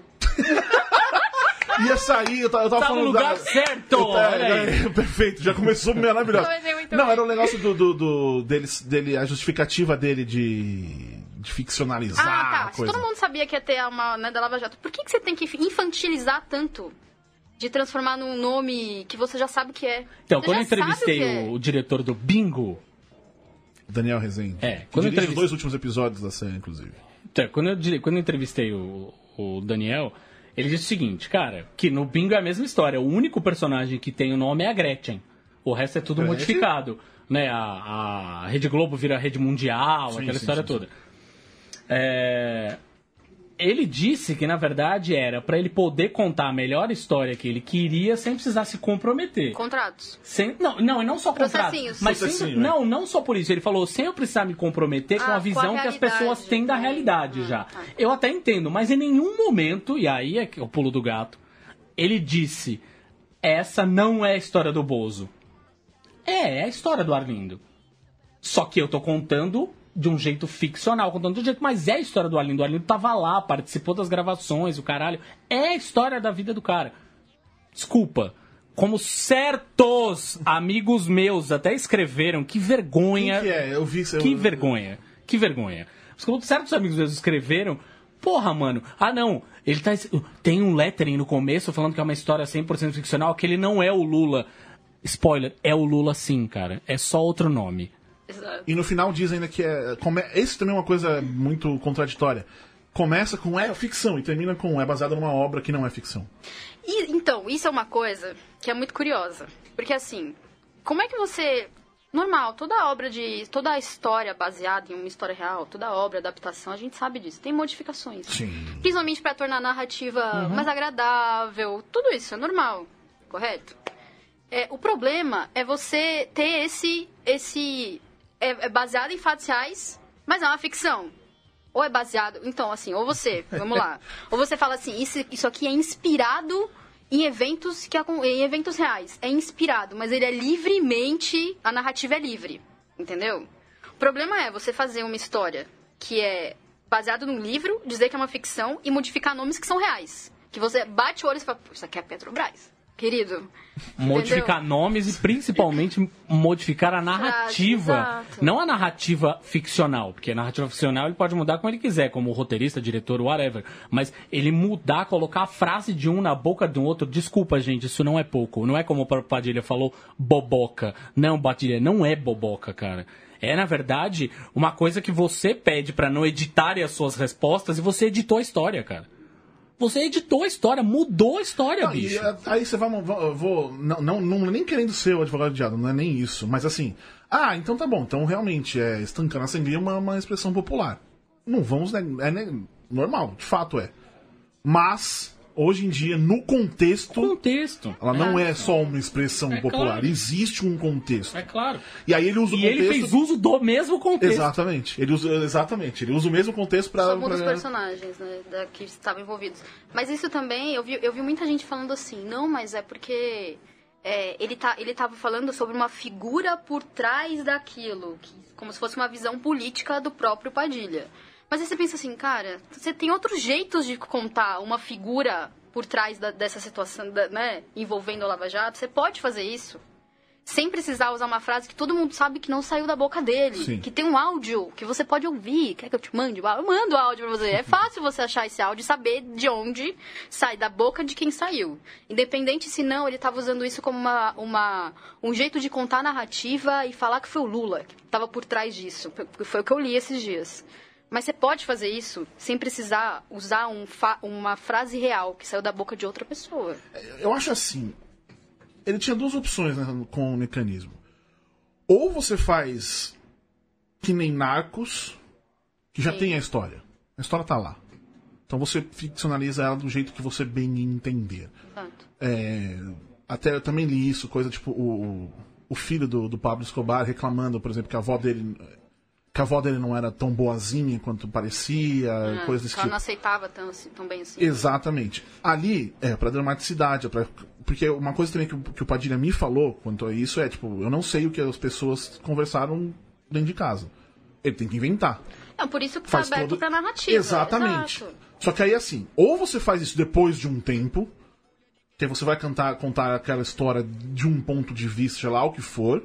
Ia sair, eu tava, eu tava Tá no falando... lugar da- certo! Eu- é, Olha aí. é, perfeito, já começou maravilhoso. Comecei muito Não, bem. era o negócio do, do, do- dele, dele, a justificativa dele de, de ficcionalizar Ah, a tá. Se coisa. todo mundo sabia que ia ter uma, né, da Lava Jato, por que, que você tem que infantilizar tanto? De transformar num nome que você já sabe o que é. Então, Você quando eu já sabe entrevistei o que é. o, o diretor do Bingo, Daniel Rezende. É, que quando eu dirige entrevist- os dois últimos episódios da série, inclusive. Então, quando eu, dire- quando eu entrevistei o, o Daniel, ele disse o seguinte, cara, que no Bingo é a mesma história. O único personagem que tem o nome é a Gretchen. O resto é tudo Gretchen? modificado. Né? A, a Rede Globo vira Rede Mundial, Sim, aquela sim, história sim, toda. É... Ele disse que, na verdade, era pra ele poder contar a melhor história que ele queria sem precisar se comprometer. Contratos. Sem, não, não, e não só contrato. Processinhos. Mas sem, Processinho, né? não, não só por isso. Ele falou, sem eu precisar me comprometer com Ah, a visão com a que as realidade. pessoas têm da Hum, realidade hum, já. tá. Eu até entendo, mas em nenhum momento, e aí é que é o pulo do gato, ele disse, essa não é a história do Bozo. É, é a história do Arlindo. Só que eu tô contando de um jeito ficcional, contando de um jeito, mas é a história do Arlindo. O Arlindo tava lá, participou das gravações, o caralho. É a história da vida do cara. Desculpa. Como certos amigos meus até escreveram, que vergonha. Quem que é? Eu vi... Que vergonha. Que vergonha. Como certos amigos meus escreveram, porra, mano, ah não, ele tá, tem um lettering no começo falando que é uma história cem por cento ficcional, que ele não é o Lula. Spoiler, é o Lula sim, cara. É só outro nome. Exato. E no final diz ainda que é... Come... Esse também é uma coisa muito contraditória. Começa com é ficção e termina com é baseada numa obra que não é ficção. E, então, isso é uma coisa que é muito curiosa. Porque, assim, como é que você... Normal, toda obra de... Toda a história baseada em uma história real, toda obra, adaptação, a gente sabe disso. Tem modificações. Sim. Principalmente pra tornar a narrativa mais agradável. Tudo isso é normal, correto? É, o problema é você ter esse... esse é, é baseado em fatos reais, mas é uma ficção. Ou é baseado... Então, assim, ou você... Vamos lá. Ou você fala assim, isso, isso aqui é inspirado em eventos, que, em eventos reais. É inspirado, mas ele é livremente... A narrativa é livre, entendeu? O problema é você fazer uma história que é baseada num livro, dizer que é uma ficção e modificar nomes que são reais. Que você bate o olho e fala, pô, isso aqui é Petrobras. Querido. Modificar entendeu? nomes e principalmente modificar a narrativa. Exato. Não a narrativa ficcional, porque a narrativa ficcional ele pode mudar como ele quiser, como roteirista, diretor, whatever. Mas ele mudar, colocar a frase de um na boca do outro, desculpa, gente, isso não é pouco. Não é como o Padilha falou, boboca. Não, Padilha, não é boboca, cara. É, na verdade, uma coisa que você pede pra não editarem as suas respostas e você editou a história, cara. Você editou a história, mudou a história, Não, bicho. e, a- aí você vai... Eu vou... Não, não, não, nem querendo ser o advogado do diabo, não é nem isso. Mas assim... Ah, então tá bom. Então realmente, é, estancando a sangria é uma, uma expressão popular. Não vamos... Né, é né, normal, de fato é. Mas, hoje em dia, no contexto... Contexto. Ela não é só uma expressão É popular. claro. Existe um contexto. É claro. E aí ele usa o E contexto... ele fez uso do mesmo contexto. Exatamente. Ele usa, exatamente. Ele usa o mesmo contexto pra... Só muda os pra- personagens, né, da, que estavam envolvidos. Mas isso também, eu vi, eu vi muita gente falando assim, não, mas é porque é, ele, tá, ele tava falando sobre uma figura por trás daquilo, que, como se fosse uma visão política do próprio Padilha. Mas aí você pensa assim, cara, você tem outros jeitos de contar uma figura por trás da, dessa situação, da, né, envolvendo o Lava Jato, você pode fazer isso. Sem precisar usar uma frase que todo mundo sabe que não saiu da boca dele. Sim. Que tem um áudio que você pode ouvir. Quer que eu te mande? Eu mando o áudio pra você. É fácil você achar esse áudio e saber de onde sai, da boca de quem saiu. Independente se não, ele estava usando isso como uma, uma, um jeito de contar a narrativa e falar que foi o Lula que estava por trás disso. Porque foi o que eu li esses dias. Mas você pode fazer isso sem precisar usar um fa- uma frase real que saiu da boca de outra pessoa. Eu acho assim... Ele tinha duas opções, né, com o mecanismo. Ou você faz que nem Narcos, que já Sim. tem a história. A história tá lá. Então você ficcionaliza ela do jeito que você bem entender. Exato. É, até eu também li isso, coisa tipo o, o filho do, do Pablo Escobar reclamando, por exemplo, que a avó dele... Que a avó dele não era tão boazinha quanto parecia, Ah, coisa desse ela tipo. não aceitava tão, assim, tão bem assim. Exatamente. Ali é pra dramaticidade, é pra... porque uma coisa também que o, que o Padilha me falou quanto a isso é, tipo, eu não sei o que as pessoas conversaram dentro de casa. Ele tem que inventar. Não, por isso que Faz tá aberto todo... pra narrativa. Exatamente. Exato. Só que aí assim, ou você faz isso depois de um tempo, que aí você vai cantar, contar aquela história de um ponto de vista, sei lá o que for,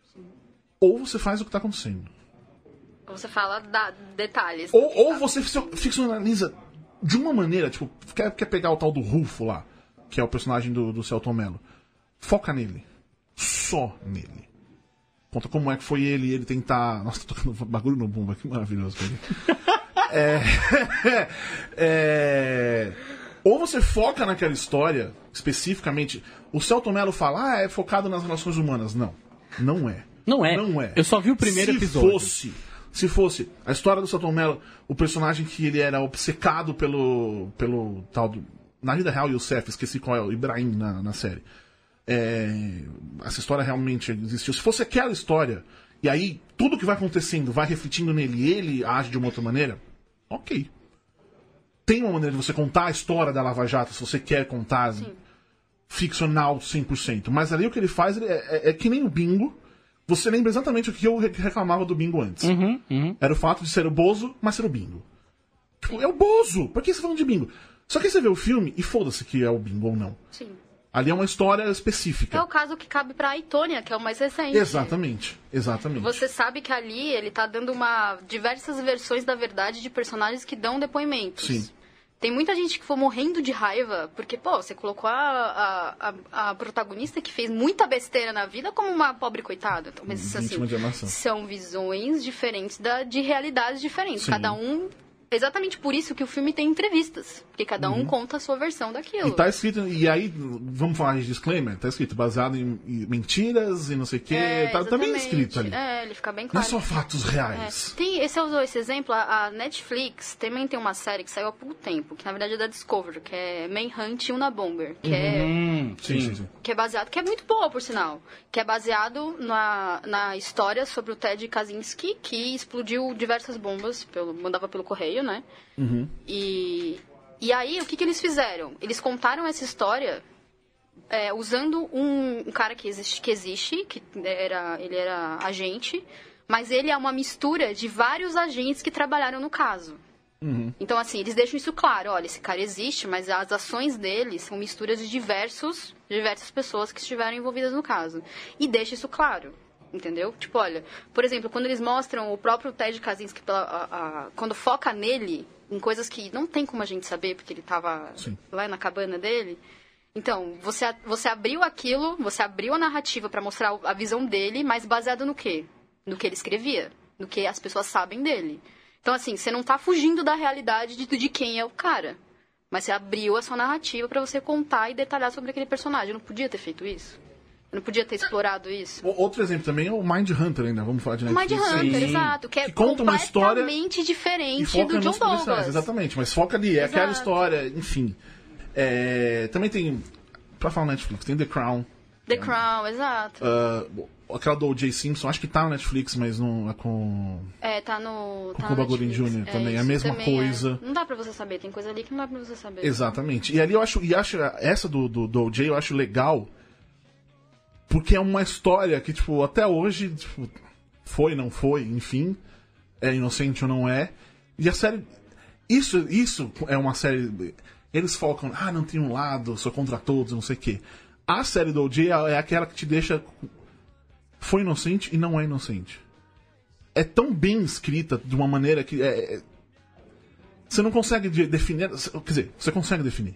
ou você faz o que tá acontecendo. Você fala da, detalhes. Ou, ou você ficcionaliza de uma maneira, tipo, quer, quer pegar o tal do Rufo lá, que é o personagem do, do Celton Mello. Foca nele. Só nele. Conta como é que foi ele ele tentar... Nossa, tô tocando bagulho no bumba, que maravilhoso. é... é... Ou você foca naquela história, especificamente... O Selton Mello fala, ah, é focado nas relações humanas. Não, não é. Não é. Não é. Eu só vi o primeiro se episódio. Fosse, se fosse a história do Selton Mello, o personagem que ele era obcecado pelo, pelo tal do... Na vida real, Youssef, esqueci qual é, o Ibrahim na, na série. É, essa história realmente existiu. Se fosse aquela história, e aí tudo que vai acontecendo vai refletindo nele e ele age de uma outra maneira, ok. Tem uma maneira de você contar a história da Lava Jato, se você quer contar Sim. ficcional cem por cento. Mas ali o que ele faz ele é, é, é que nem o Bingo. Você lembra exatamente o que eu reclamava do Bingo antes. Uhum, uhum. Era o fato de ser o Bozo, mas ser o Bingo. Tipo, é o Bozo! Por que você tá falando de Bingo? Só que aí você vê o filme e foda-se que é o Bingo ou não. Sim. Ali é uma história específica. É o caso que cabe pra Aitônia, que é o mais recente. Exatamente, exatamente. Você sabe que ali ele tá dando uma diversas versões da verdade de personagens que dão depoimentos. Sim. Tem muita gente que foi morrendo de raiva, porque, pô, você colocou a, a, a, a protagonista que fez muita besteira na vida como uma pobre coitada. Então, mas, Vítima assim, de armação. são visões diferentes da, de realidades diferentes. Sim. Cada um... Exatamente por isso que o filme tem entrevistas. Porque cada um conta a sua versão daquilo. E tá escrito, e aí, vamos falar de disclaimer, tá escrito baseado em, em mentiras e não sei o quê. É, tá, tá bem exatamente. escrito ali. É, ele fica bem Não é claro. só fatos reais. É. Tem, esse eu usou esse exemplo, a, a Netflix também tem uma série que saiu há pouco tempo, que na verdade é da Discovery, que é Manhunt e Una Bomber, que, é, Hum, Sim, sim, sim. que é baseado, que é muito boa, por sinal, que é baseado na, na história sobre o Ted Kaczynski, que explodiu diversas bombas, pelo, mandava pelo correio, né? Uhum. E, e aí, o que, que eles fizeram? Eles contaram essa história é, usando um, um cara que existe, que existe, que era, ele era agente, mas ele é uma mistura de vários agentes que trabalharam no caso. Uhum. Então, assim, eles deixam isso claro. Olha, esse cara existe, mas as ações dele são misturas de diversos, diversas pessoas que estiveram envolvidas no caso. E deixa isso claro. Entendeu? Tipo, olha, por exemplo, quando eles mostram o próprio Ted Kaczynski, pela, a, a, quando foca nele, em coisas que não tem como a gente saber, porque ele tava Sim. lá na cabana dele. Então, você, você abriu aquilo, você abriu a narrativa pra mostrar a visão dele, mas baseado no quê? No que ele escrevia, no que as pessoas sabem dele. Então, assim, você não tá fugindo da realidade de, de quem é o cara. Mas você abriu a sua narrativa pra você contar e detalhar sobre aquele personagem. Eu não podia ter feito isso. Eu não podia ter explorado isso. O- Outro exemplo também é o Mind Hunter ainda, vamos falar de Mind Netflix. Hunter, Sim. exato. Que é Que conta uma história completamente E diferente foca do John nos policiais, Douglas. exatamente, mas foca ali, é aquela Exato. história, enfim. É, também tem, pra falar Netflix, tem The Crown, The Crown, exato. ah, aquela do O J Simpson, acho que tá na Netflix, mas não é com... É, tá no. Com Tá o na Bagulho Netflix. Júnior também, a isso mesma também coisa. é. Não dá pra você saber, tem coisa ali que não dá pra você saber. Exatamente. E ali eu acho, e acho essa do, do, do O J eu acho legal, porque é uma história que, tipo, até hoje, tipo, foi, não foi, enfim, é inocente ou não é. E a série, isso, isso é uma série, eles focam, ah, não tem um lado, sou contra todos, não sei o quê. A série do O J é aquela que te deixa, foi inocente e não é inocente. É tão bem escrita de uma maneira que é, é, você não consegue de- definir. Quer dizer, você consegue definir.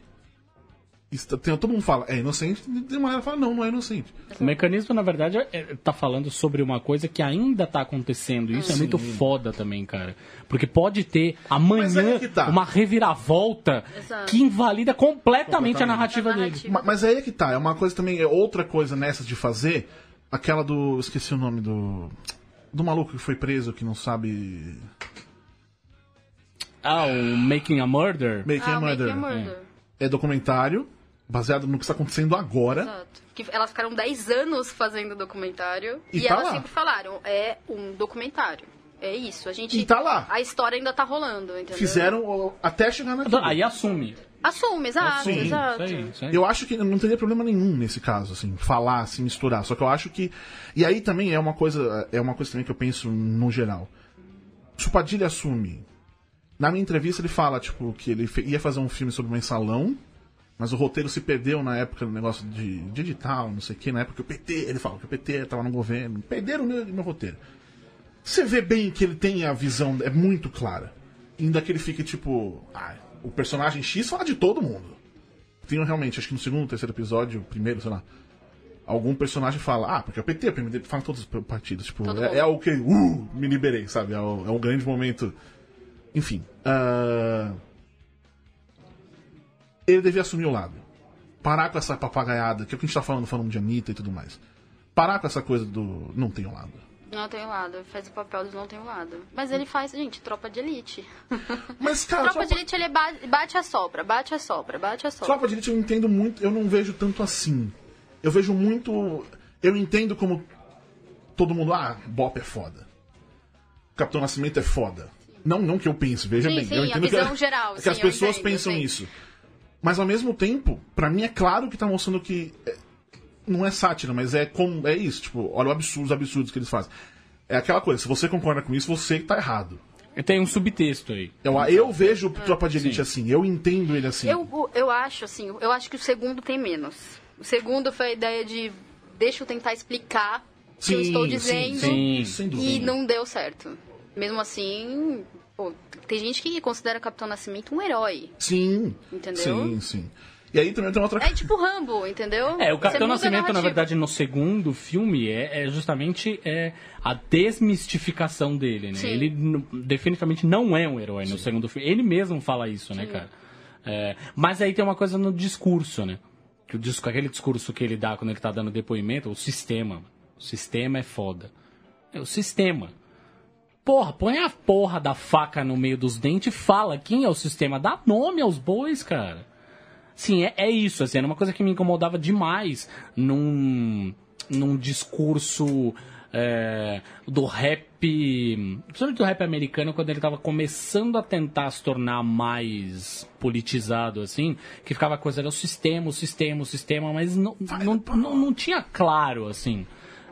Isso, tem, todo mundo fala, é inocente, e de uma maneira fala, não, não é inocente. O mecanismo, na verdade, é, é- tá falando sobre uma coisa que ainda tá acontecendo. Isso é muito foda também, cara. Porque pode ter Mas amanhã aí que tá. uma reviravolta Exato. que invalida completamente a narrativa A dele. narrativa. Ma- Mas aí é que tá, é uma coisa também, é outra coisa nessas de fazer, aquela do. Esqueci o nome do. Do maluco que foi preso, que não sabe. Ah, o Making a Murder? Making Ah, a Making Murder. a Murder. É documentário, baseado no que está acontecendo agora. Exato. Que elas ficaram dez anos fazendo documentário. E E, tá elas lá. sempre falaram, é um documentário. É isso. A gente. E tá lá. A história ainda tá rolando, entendeu? Fizeram ó, até chegar naquilo. Aí assume. Assume, exato, Sim, exato. Isso aí, isso aí. Eu acho que não teria problema nenhum nesse caso, assim, falar, se misturar. Só que eu acho que. E aí também é uma coisa. É uma coisa também que eu penso no geral. Se o Padilha assume. Na minha entrevista ele fala, tipo, que ele fe- ia fazer um filme sobre um mensalão, mas o roteiro se perdeu na época do negócio de digital, não sei o que, na época que o P T, ele fala que o P T estava no governo, perderam o meu, meu roteiro. Você vê bem que ele tem a visão, é muito clara. Ainda que ele fique tipo, ah, o personagem X fala de todo mundo. Tem realmente, acho que no segundo, terceiro episódio, primeiro, sei lá, algum personagem fala, ah, porque é o P T, o P M D, fala todos os partidos. Tipo, Todo é, mundo. é o que, uh, me liberei, sabe? É o, é um grande momento. Enfim. Uh... Ele devia assumir o lado. Parar com essa papagaiada, que é o que a gente tá falando, falando de Anitta e tudo mais. Parar com essa coisa do não tem o lado. Não tem o lado, faz o papel do não tem o lado. Mas ele faz, gente, tropa de elite. Mas, cara, tropa tropa de elite, ele bate, bate a sopra, bate a sopra, bate a sopra. Tropa de Elite eu entendo muito, eu não vejo tanto assim. Eu vejo muito. Eu entendo como todo mundo, ah, Bop é foda. Capitão Nascimento é foda. Não, não que eu pense, veja Sim, bem. sim, eu a entendo visão que, geral, que sim, as eu pessoas entendo, pensam sim. isso. Mas ao mesmo tempo, pra mim é claro que tá mostrando que. É, não é sátira, mas é como. É isso, tipo, olha o absurdo, os absurdos que eles fazem. É aquela coisa, se você concorda com isso, você que tá errado. Tem um subtexto aí. Eu, eu vejo o Tropa de Elite assim, eu entendo ele assim. Eu, eu acho, assim, eu acho que o segundo tem menos. O segundo foi a ideia de deixa eu tentar explicar o que eu estou dizendo sim, sim. Sem dúvida. e não deu certo. Mesmo assim, pô, tem gente que considera Capitão Nascimento um herói. Sim. Entendeu? Sim, sim. E aí também tem outra É tipo Rambo, entendeu? É, o Você Capitão muda a Nascimento, na narrativa. verdade, no segundo filme, é, é justamente é, a desmistificação dele, né? Sim. Ele n- definitivamente não é um herói no segundo filme. Ele mesmo fala isso, né, cara? É, mas aí tem uma coisa no discurso, né? Que o disco, aquele discurso que ele dá quando ele tá dando depoimento, o sistema. O sistema é foda. É o sistema. Porra, põe a porra da faca no meio dos dentes e fala quem é o sistema. Dá nome aos bois, cara. Sim, é, é isso, assim, era uma coisa que me incomodava demais num, num discurso é, do rap, principalmente do rap americano, quando ele estava começando a tentar se tornar mais politizado, assim, que ficava a coisa, era o sistema, o sistema, o sistema, mas não, não, não, não tinha claro, assim.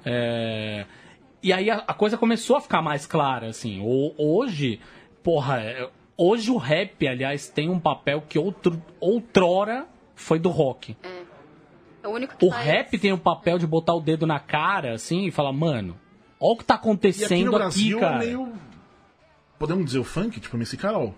É, e aí a, a coisa começou a ficar mais clara, assim. O, hoje, porra... é, hoje o rap, aliás, tem um papel que outro, outrora foi do rock. É o único que O faz- rap tem o papel de botar o dedo na cara, assim, e falar, mano, olha o que tá E aqui acontecendo no aqui, Brasil cara. é meio. Podemos dizer o funk, tipo M C Carol.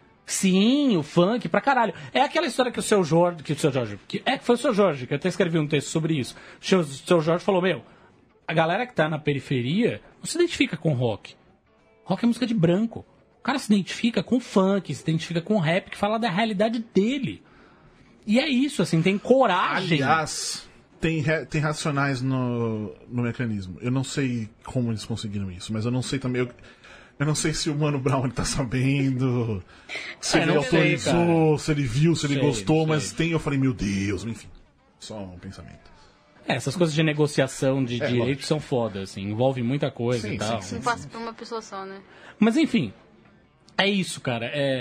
Sim, o funk, pra caralho. É aquela história que o seu Jorge, que o seu Jorge, que, é que foi o seu Jorge, que eu até escrevi um texto sobre isso. O seu, seu Jorge falou, meu, a galera que tá na periferia não se identifica com rock. Rock é música de branco. O cara se identifica com funk, se identifica com rap, que fala da realidade dele. E é isso, assim, tem coragem. Aliás, tem, re- tem racionais no, no mecanismo. Eu não sei como eles conseguiram isso, mas eu não sei também. Eu, eu não sei se o Mano Brown ele tá sabendo, se É, ele não sei, autorizou, cara. se ele viu, se ele Sei, gostou, sei. mas tem, eu falei, meu Deus, enfim. Só um pensamento. É, essas coisas de negociação de É, direito lógico. são foda, assim, envolve muita coisa Sim, e tal. sim, Não passa por uma pessoa só, né? Mas enfim, é isso, cara. É,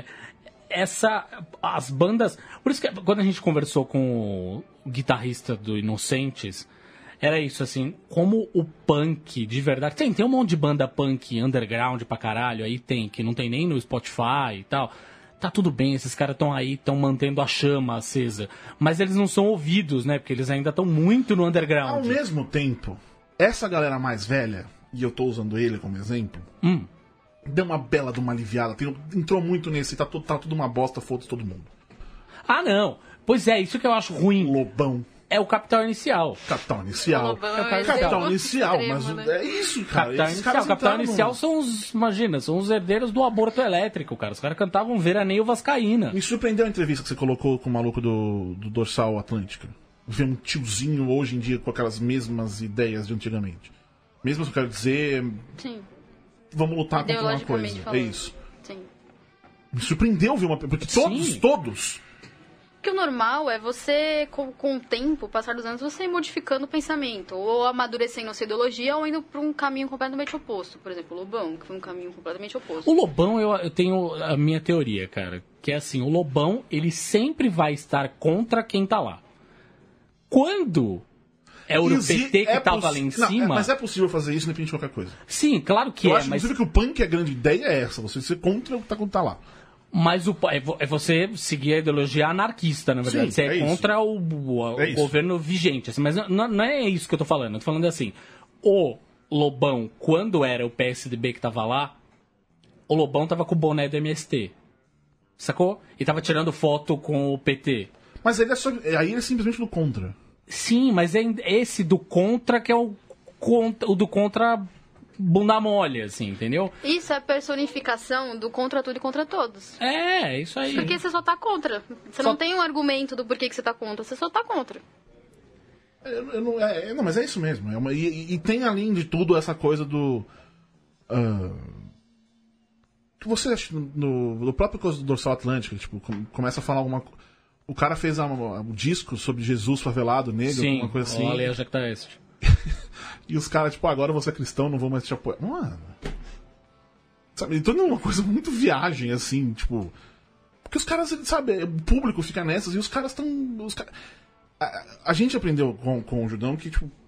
essa. As bandas. Por isso que quando a gente conversou com o guitarrista do Inocentes, era isso, assim, como o punk de verdade. Tem, tem um monte de banda punk underground pra caralho, aí tem, que não tem nem no Spotify e tal. Tá tudo bem, esses caras estão aí, estão mantendo a chama acesa. Mas eles não são ouvidos, né? Porque eles ainda estão muito no Ao underground. mesmo tempo, essa galera mais velha, e eu tô usando ele como exemplo, Hum. deu uma bela de uma aliviada. Tem- entrou muito nesse, tá, tudo- tá tudo uma bosta, foda-se todo mundo. Ah, não. Pois é, isso que eu acho ruim. Lobão, É o Capital Inicial. Capital Inicial. Lobão É o cara- Capital exemplo Inicial, extremo, mas o- né? é isso, cara. Capital Esses Inicial, caras Capital entraram no- Inicial são os, imagina, são os herdeiros do aborto elétrico, cara. Os caras cantavam Veraneio Vascaína. Me surpreendeu a entrevista que você colocou com o maluco do, do Dorsal Atlântica. Ver um tiozinho hoje em dia com aquelas mesmas ideias de antigamente. Mesmo que eu quero dizer, Sim, vamos lutar contra uma ideologicamente coisa. É falando. isso. Sim. Me surpreendeu ver uma. Porque todos, Sim. todos. Porque o normal é você, com, com o tempo, passar dos anos, você ir modificando o pensamento. Ou amadurecendo a sua ideologia, ou indo para um caminho completamente oposto. Por exemplo, o Lobão, que foi um caminho completamente oposto. O Lobão, eu, eu tenho a minha teoria, cara. Que é assim, o Lobão, ele sempre vai estar contra quem tá lá. Quando é o Exi- P T que é tava possi- lá em Não, é- cima... mas é possível fazer isso independente de qualquer coisa. Sim, claro que eu é, acho, mas... inclusive, que o punk, a grande ideia é essa. Você ser contra o que tá, tá lá. Mas o, é vo- é você seguir a ideologia anarquista, na verdade. Sim, você é, é isso. contra o, o- É o isso. governo vigente. assim, mas não, não é isso que eu tô falando. Eu tô falando assim, o Lobão, quando era o P S D B que tava lá, o Lobão tava com o boné do M S T. Sacou? E tava tirando foto com o P T. Mas ele é só. Aí ele é simplesmente do contra. Sim, mas é esse do contra que é o, contra, o do contra bunda mole, assim, entendeu? Isso é personificação do contra tudo e contra todos. É, isso aí. Porque você só tá contra. Você Só- não tem um argumento do porquê que você tá contra, você só tá contra. Eu, eu não, é, não, mas é isso mesmo. É uma, e, e tem, além de tudo, essa coisa do... ah, que você acha no, no próprio coisa do Dorsal Atlântico, tipo, com- começa a falar alguma co- o cara fez a- um disco sobre Jesus favelado, negro, Sim, alguma coisa assim. olha, já que tá esse. E os caras, tipo, agora você é cristão, não vou mais te apoiar. Mano. Sabe, então é uma coisa muito viagem, assim, tipo. Porque os caras, sabe, o público fica nessas e os caras estão. Os cara... a, a gente aprendeu com, com o Judão que, tipo.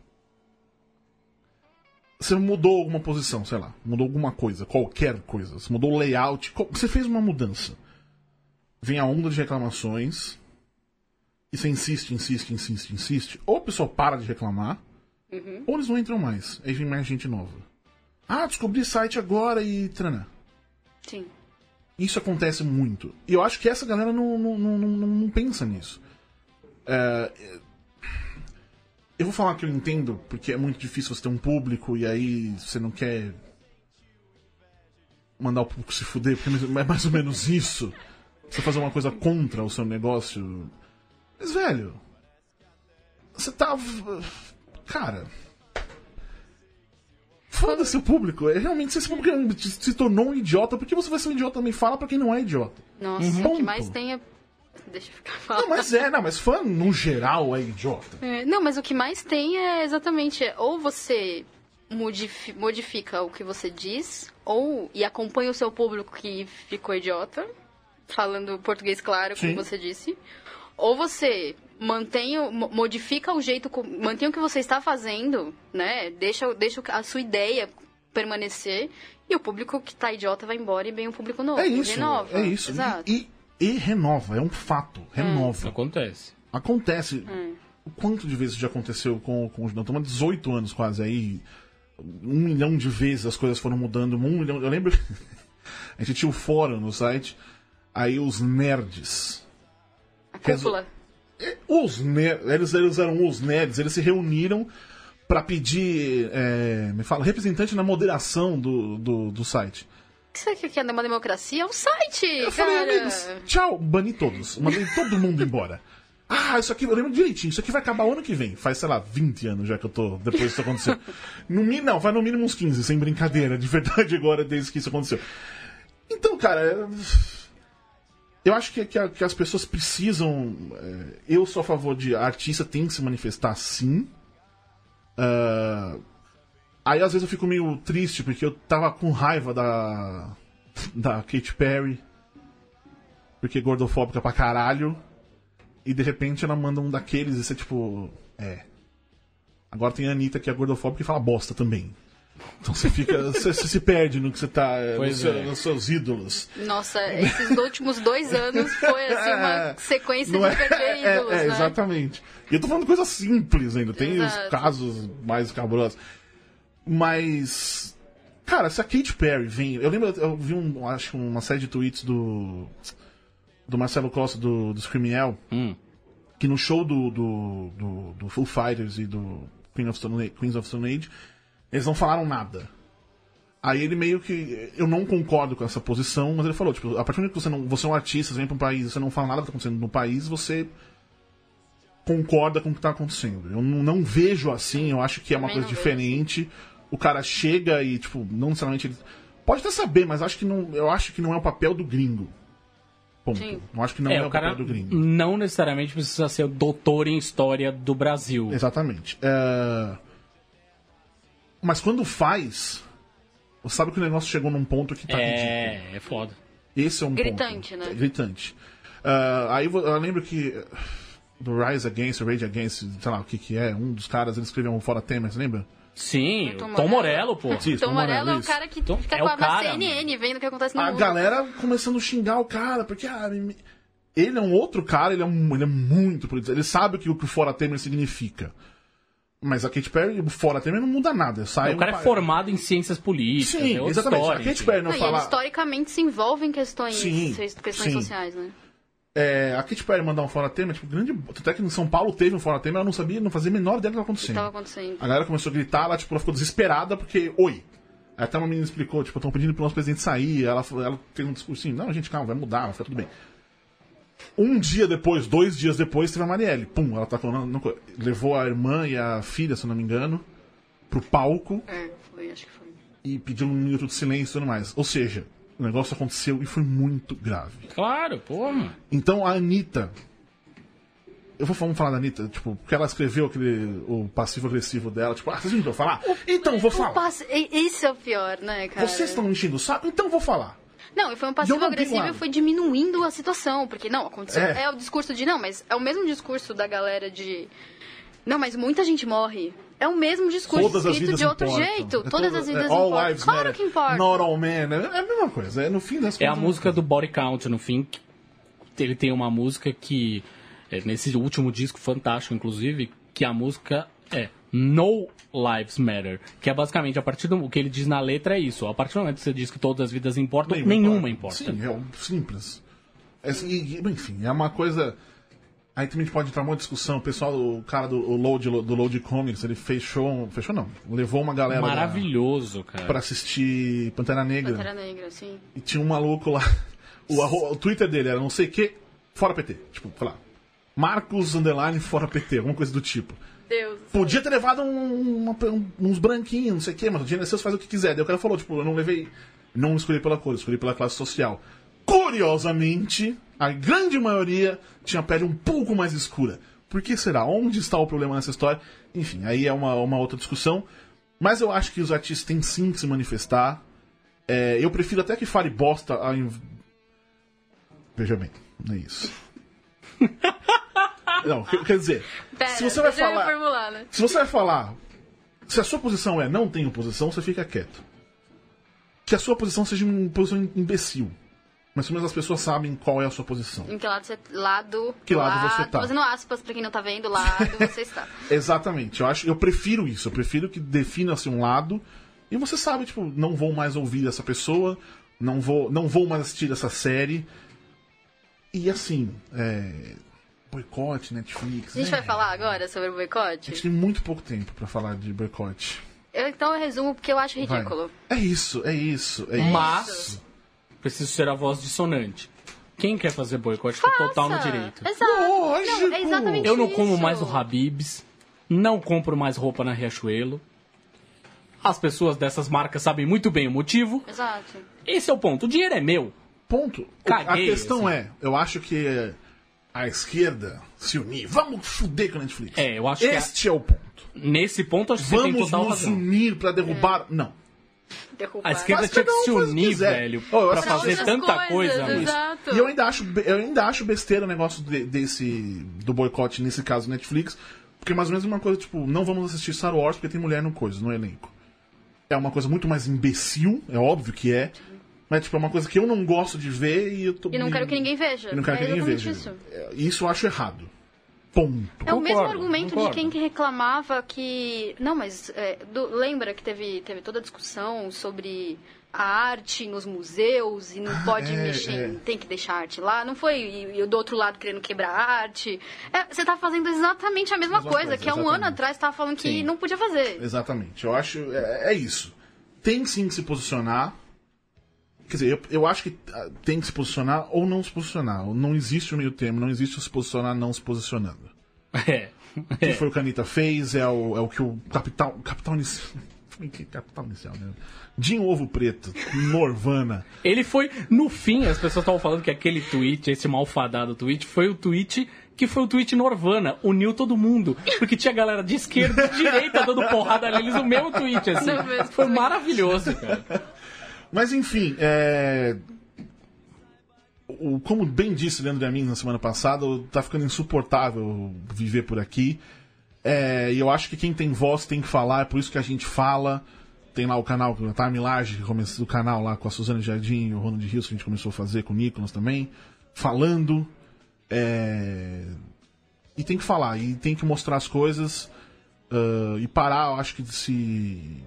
Você mudou alguma posição, sei lá, mudou alguma coisa, qualquer coisa. Você mudou o layout, qual- você fez uma mudança. Vem a onda de reclamações. E você insiste, insiste, insiste, insiste. Ou a pessoa para de reclamar. Uhum. Ou eles não entram mais. Aí vem mais gente nova. Ah, descobri site agora e... Trana. Sim. Isso acontece muito. E eu acho que essa galera não, não, não, não, não pensa nisso. É, eu vou falar que eu entendo, porque é muito difícil você ter um público e aí você não quer mandar o público se fuder, porque é mais ou menos isso. Você fazer uma coisa contra o seu negócio. Mas, velho, você tá... Cara... Foda-se o público. É, realmente, se esse público se se tornou um idiota, por que você vai ser um idiota também? Fala pra quem não é idiota. Nossa, o que Ponto. mais tem é... Deixa eu ficar falando. Não, mas é, não, mas fã, no geral, é idiota. É, não, mas o que mais tem é exatamente... é, ou você modifi- modifica o que você diz, ou... E acompanha o seu público que ficou idiota, falando português claro, como Sim. você disse. Ou você... Mantém, o- mo- modifica o jeito, co- mantém o que você está fazendo, né? Deixa, deixa a sua ideia permanecer e o público que tá idiota vai embora e vem um público novo. É isso, renova. é isso. Exato. E, e, e renova, é um fato. Renova. Acontece. Acontece. Hum. O quanto de vezes já aconteceu com, com o Judão? Estamos há dezoito anos quase aí. Um milhão de vezes as coisas foram mudando. Um milhão. Eu lembro. A gente tinha o fórum no site. Aí os nerds. A cúpula. Os nerds, eles, eles eram os nerds, eles se reuniram pra pedir, é, me fala, representante na moderação do, do, do site. O que você quer que é uma democracia? É um site, Eu cara. falei, amigos, tchau, bani todos, mandei todo mundo embora. Ah, isso aqui, eu lembro direitinho, isso aqui vai acabar o ano que vem. Faz, sei lá, vinte anos já que eu tô, depois disso aconteceu. No mínimo, não, vai no mínimo uns quinze, sem brincadeira, de verdade agora, desde que isso aconteceu. Então, cara... Eu acho que, que, a- que as pessoas precisam. é, eu sou a favor de. A artista tem que se manifestar sim. Ah, aí às vezes eu fico meio triste porque eu tava com raiva da. Da Katy Perry. Porque é gordofóbica pra caralho. E de repente ela manda um daqueles e você tipo. É. Agora tem a Anitta que é gordofóbica e fala bosta também. Então você fica. Você, você se perde no que você tá. Pois Nos, seu- é. nos seus ídolos. Nossa, esses últimos dois anos foi assim uma sequência Não de perder é, ídolos, é, né? exatamente. E eu tô falando de coisa simples ainda, tem Exato. os casos mais cabrosos. Mas. Cara, se a Katy Perry vem. Eu lembro, eu vi um, acho uma série de tweets do. Do Marcelo Costa do, do Screamiel, Hum. que no show do, do, do, do Foo Fighters e do Queen of Stone Age, Queens of Stone Age, eles não falaram nada. Aí ele meio que. Eu não concordo com essa posição, mas ele falou, tipo, a partir do momento que você não. Você é um artista, você vem pra um país, você não fala nada que tá acontecendo no país, você concorda com o que tá acontecendo. Eu não, não vejo assim, eu acho que é uma Também coisa não vejo diferente. O cara chega e, tipo, não necessariamente ele. Pode até saber, mas acho que não. Eu acho que não é o papel do gringo. Ponto. Sim. Não acho que não é, É, o o cara papel do gringo. não necessariamente precisa ser o doutor em história do Brasil. Exatamente. É, mas quando faz, você sabe que o negócio chegou num ponto que tá ridículo. É, é foda. Esse é um Gritante, ponto. né? É gritante. Ah, aí vo- eu lembro que eh, do Rise Against, Rage Against, sei lá o que que é, um dos caras, ele escreveu um Fora Temer, você lembra? Sim, Tom o Tom Morello, Morello. pô. Sim, Tom Tom Morello é Morello, o isso. cara que Tom- fica é com o a cara, C N N vendo o que acontece no A mundo. galera começando a xingar o cara, porque ah, me- ele é um outro cara, ele é, um- ele é muito politizado, ele sabe o que o que o Fora Temer significa. Mas a Katy Perry, o Fora Temer não muda nada. Sai O cara um é pa- formado em ciências políticas. Sim, é outra exatamente. história, A Katy enfim. Perry não Não, e ele fala... historicamente se envolve em questões, Sim, questões sim. sociais, né? É, a Katy Perry mandar um fora tema, tipo, grande. Até que em São Paulo teve um fora tema, ela não sabia, não fazia a menor ideia do que estava acontecendo. Tava acontecendo. A galera começou a gritar, ela, tipo, ela ficou desesperada porque, oi. Aí até uma menina explicou, tipo, estão pedindo pro nosso presidente sair, ela, ela fez um discursinho, não, gente, calma, vai mudar, vai ficar tudo bem. Um dia depois, dois dias depois, teve a Marielle. Pum, ela tá falando, não, levou a irmã e a filha, se eu não me engano, pro palco. É, foi, acho que foi. E pediu um minuto de silêncio e tudo mais. Ou seja, o negócio aconteceu e foi muito grave. Claro, pô, mano. Então a Anitta. Eu vou vamos falar da Anitta, tipo, porque ela escreveu aquele, o passivo-agressivo dela, tipo, ah, vocês não vão falar? Então vou falar. Pass... Isso é o pior, né, cara? Vocês estão me enchendo o saco, então vou falar. Não, e foi um passivo-agressivo e foi diminuindo a situação, porque não, aconteceu. É. é o discurso de, não, mas é o mesmo discurso da galera de. Não, mas muita gente morre. É o mesmo discurso Todas escrito de outro importam. jeito. É Todas todo, as vidas é, all importam. lives Claro matter. que importa. Not all men. É a mesma coisa. É no fim das É contas. a música do Body Count, no fim. Ele tem uma música que, é, nesse último disco, fantástico, inclusive, que a música é No Lives Matter. Que é basicamente, a partir do que ele diz na letra, é isso. A partir do momento que você diz que todas as vidas importam, Nenhuma nenhuma importa. importa. Sim, é um simples. É, e, enfim, é uma coisa... Aí também a gente pode entrar numa discussão. O pessoal, o cara do, o Load, do Load Comics, ele fechou... Fechou não. Levou uma galera... Maravilhoso, lá, cara. Pra assistir Pantera Negra. Pantera Negra, sim. E tinha um maluco lá... O, o, o Twitter dele era não sei o que, fora P T. Tipo, sei lá... Marcos Underline fora P T, alguma coisa do tipo. Deus. Podia ter levado um, uma, uns branquinhos, não sei o que, mas o G N C faz o que quiser. Daí o cara falou, tipo, eu não levei... Não escolhi pela cor, escolhi pela classe social. Curiosamente, a grande maioria tinha pele um pouco mais escura. Por que será? Onde está o problema nessa história? Enfim, aí é uma, uma outra discussão. Mas eu acho que os artistas têm sim que se manifestar. É, eu prefiro até que fale bosta ao inv... Veja bem, não é isso. Não, quer dizer, Pera, se você vai falar... Formular, né? Se você vai falar... Se a sua posição é não tenho posição, você fica quieto. Que a sua posição seja uma posição imbecil. Mas pelo menos as pessoas sabem qual é a sua posição. Em que lado você... Lado... Que lado, lado você tá. Fazendo aspas pra quem não tá vendo, lado você está. Exatamente. Eu, acho, eu prefiro isso. Eu prefiro que defina-se um lado e você sabe, tipo, não vou mais ouvir essa pessoa, não vou, não vou mais assistir essa série. E assim, é... boicote, Netflix... A gente é... vai falar agora sobre o boicote? A gente tem muito pouco tempo pra falar de boicote. Eu, então eu resumo porque eu acho ridículo. Vai. É isso, é isso, é Mas... isso. Preciso ser a voz dissonante. Quem quer fazer boicote tá total no direito. Exato. Lógico. Não, é exatamente Eu não isso. como mais o Habib's, não compro mais roupa na Riachuelo. As pessoas dessas marcas sabem muito bem o motivo. Exato. Esse é o ponto. O dinheiro é meu. Ponto. Caguei, a questão assim. é, eu acho que a esquerda se unir, vamos fuder com a Netflix. É, eu acho este que a... é o ponto. Nesse ponto, acho que você tem Vamos total nos razão. unir pra derrubar... É. Não. Derrubar. A esquerda Mas tinha que cada um se faz o que unir, quiser. velho, Oh, eu pra acho fazer outras tanta coisas, coisa. exato. E eu ainda acho, eu ainda acho besteira o negócio de, desse do boicote, nesse caso Netflix, porque mais ou menos é uma coisa, tipo, não vamos assistir Star Wars porque tem mulher no coisa, no elenco. É uma coisa muito mais imbecil, é óbvio que é, mas tipo, é uma coisa que eu não gosto de ver e eu tô... E não quero que ninguém veja. E não quero é que ninguém veja. Isso. Isso eu acho errado. Ponto. É o mesmo Concordo, argumento concordo. de quem que reclamava que... Não, mas é, do- lembra que teve, teve toda a discussão sobre a arte nos museus e não pode é, mexer, é. tem que deixar a arte lá. Não foi e, e o do outro lado querendo quebrar a arte. É, você tá fazendo exatamente a mesma, Mesma coisa, coisa, que há um exatamente. ano atrás você tava falando que Sim. não podia fazer. Exatamente. Eu acho... É, é isso. Tem sim que se posicionar. Quer dizer, eu, eu acho que ah, tem que se posicionar ou não se posicionar. Não existe o meio termo, não existe o se posicionar não se posicionando. É. Que é. foi o que a Anitta fez, é o, é o que o Capital... Capital Inicial... Que Capital Inicial, né? Dinho Ovo Preto, Norvana. Ele foi, no fim, as pessoas estavam falando que aquele tweet, esse malfadado tweet, foi o tweet que foi o tweet Norvana, uniu todo mundo. Porque tinha galera de esquerda e de direita dando porrada neles no mesmo tweet, assim. No mesmo Foi tweet. maravilhoso, cara. Mas enfim, é... o, como bem disse o Leandro Amin na semana passada, tá ficando insuportável viver por aqui. É, e eu acho que quem tem voz tem que falar, é por isso que a gente fala. Tem lá o canal, a Time Large, o canal lá com a Suzane Jardim e o Ronald Rios, que a gente começou a fazer com o Nicolas também, falando. É... E tem que falar, e tem que mostrar as coisas, uh, e parar, eu acho que de se...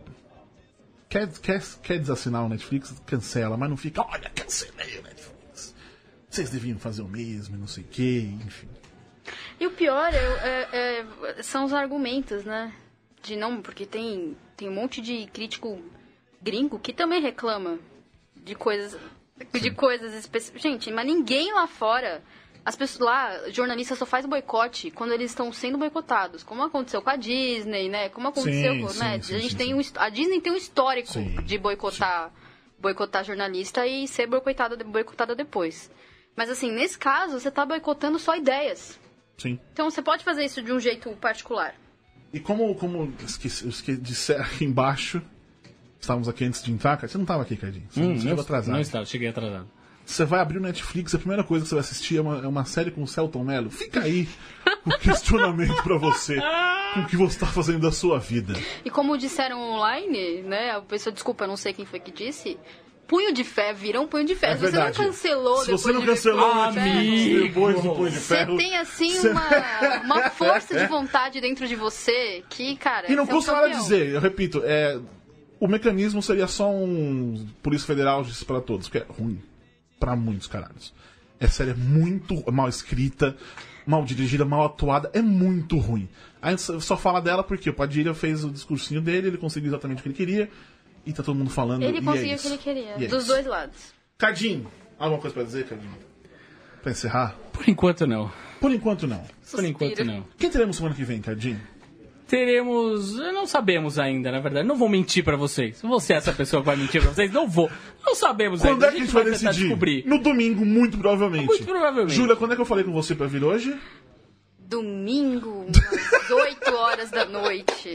Quer, quer, quer desassinar o Netflix, cancela, mas não fica, olha, cancelei o Netflix. vocês deviam fazer o mesmo, não sei o quê, enfim. E o pior é, é, é, são os argumentos, né? De não, porque tem, tem um monte de crítico gringo que também reclama de coisas, de coisas específicas. Gente, mas ninguém lá fora, as pessoas lá, jornalistas só faz boicote quando eles estão sendo boicotados, como aconteceu com a Disney, né? Como aconteceu sim, com, sim, né? sim, a gente sim, tem sim. um, a Disney tem um histórico Sim, de boicotar, boicotar jornalista e ser boicotada, boicotada depois. Mas assim, nesse caso, você tá boicotando só ideias. Sim. Então você pode fazer isso de um jeito particular. E como, como esqueci, esqueci de ser aqui embaixo, estávamos aqui antes de entrar, cara, você não estava aqui, Cardinho, você Hum, chegou não, atrasado. não estava, cheguei atrasado. Você vai abrir o Netflix, a primeira coisa que você vai assistir é uma, é uma série com o Celton Mello. Fica aí o questionamento pra você, com o que você tá fazendo da sua vida. E como disseram online, né, a pessoa, desculpa, eu não sei quem foi que disse, punho de ferro, vira um punho de ferro. É Se você verdade. não cancelou Se depois você não de cancelou ver o Punho de Netflix Ferro, depois do Punho de você Ferro... tem, assim, você- uma, uma força de vontade dentro de você que, cara... E não você é um custa nada campeão. dizer, eu repito, é, o mecanismo seria só um Polícia Federal Justiça para Todos, que é ruim pra muitos caralhos. Essa série é muito mal escrita, mal dirigida, mal atuada, é muito ruim. A gente só fala dela porque o Padilha fez o discursinho dele, ele conseguiu exatamente o que ele queria, e tá todo mundo falando. Ele e conseguiu é o que ele isso. queria, E é dos isso. dois lados. Cadinho, alguma coisa pra dizer, Cadinho? Pra encerrar? Por enquanto não. Por enquanto não. Por enquanto não. Quem teremos semana que vem, Cadinho? Teremos. Não sabemos ainda, na verdade. Não vou mentir pra vocês. Você é essa pessoa que vai mentir pra vocês? Não vou. Não sabemos Quando ainda. é que a gente vai tentar decidir? descobrir. No domingo, muito provavelmente. Muito provavelmente. Júlia, quando é que eu falei com você pra vir hoje? Domingo, umas oito horas da noite.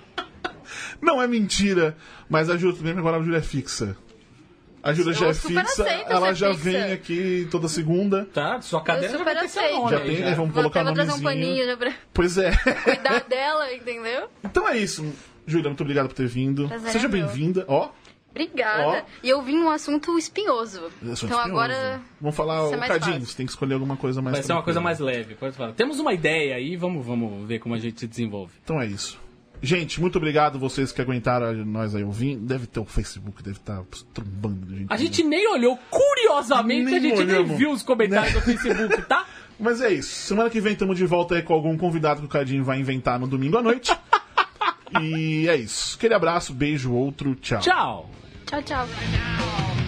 Não é mentira, mas a Júlia também, agora a Júlia é fixa. A Júlia Eu já é super fixa, aceito ela ser já fixa. vem aqui toda segunda. Tá? Sua cadeira Eu já vai super ter seu aceito. nome Já aí, tem, já. né? Vamos Vou colocar até o vou trazer um nomezinho. paninho já pra Pois é. cuidar dela, entendeu? Então é isso. Júlia, muito obrigado por ter vindo. Prazer Seja é meu. bem-vinda. Ó, Obrigada. Ó. E eu vim num assunto espinhoso. eu sou então espinhoso. agora... Vamos falar, ser o mais Cadinho, fácil. você tem que escolher alguma coisa mais Vai ser uma coisa tranquila. mais leve. Pode falar. Temos uma ideia aí, vamos, vamos ver como a gente se desenvolve. Então é isso. Gente, muito obrigado vocês que aguentaram nós aí ouvindo. Deve ter o Facebook, deve estar trombando de gente. A gente nem olhou, curiosamente, Nem a gente olhamos. nem viu os comentários do Facebook, tá? Mas é isso. Semana que vem estamos de volta aí com algum convidado que o Cadinho vai inventar no domingo à noite. E é isso. Aquele abraço, beijo, outro, tchau. Tchau. Tchau, tchau.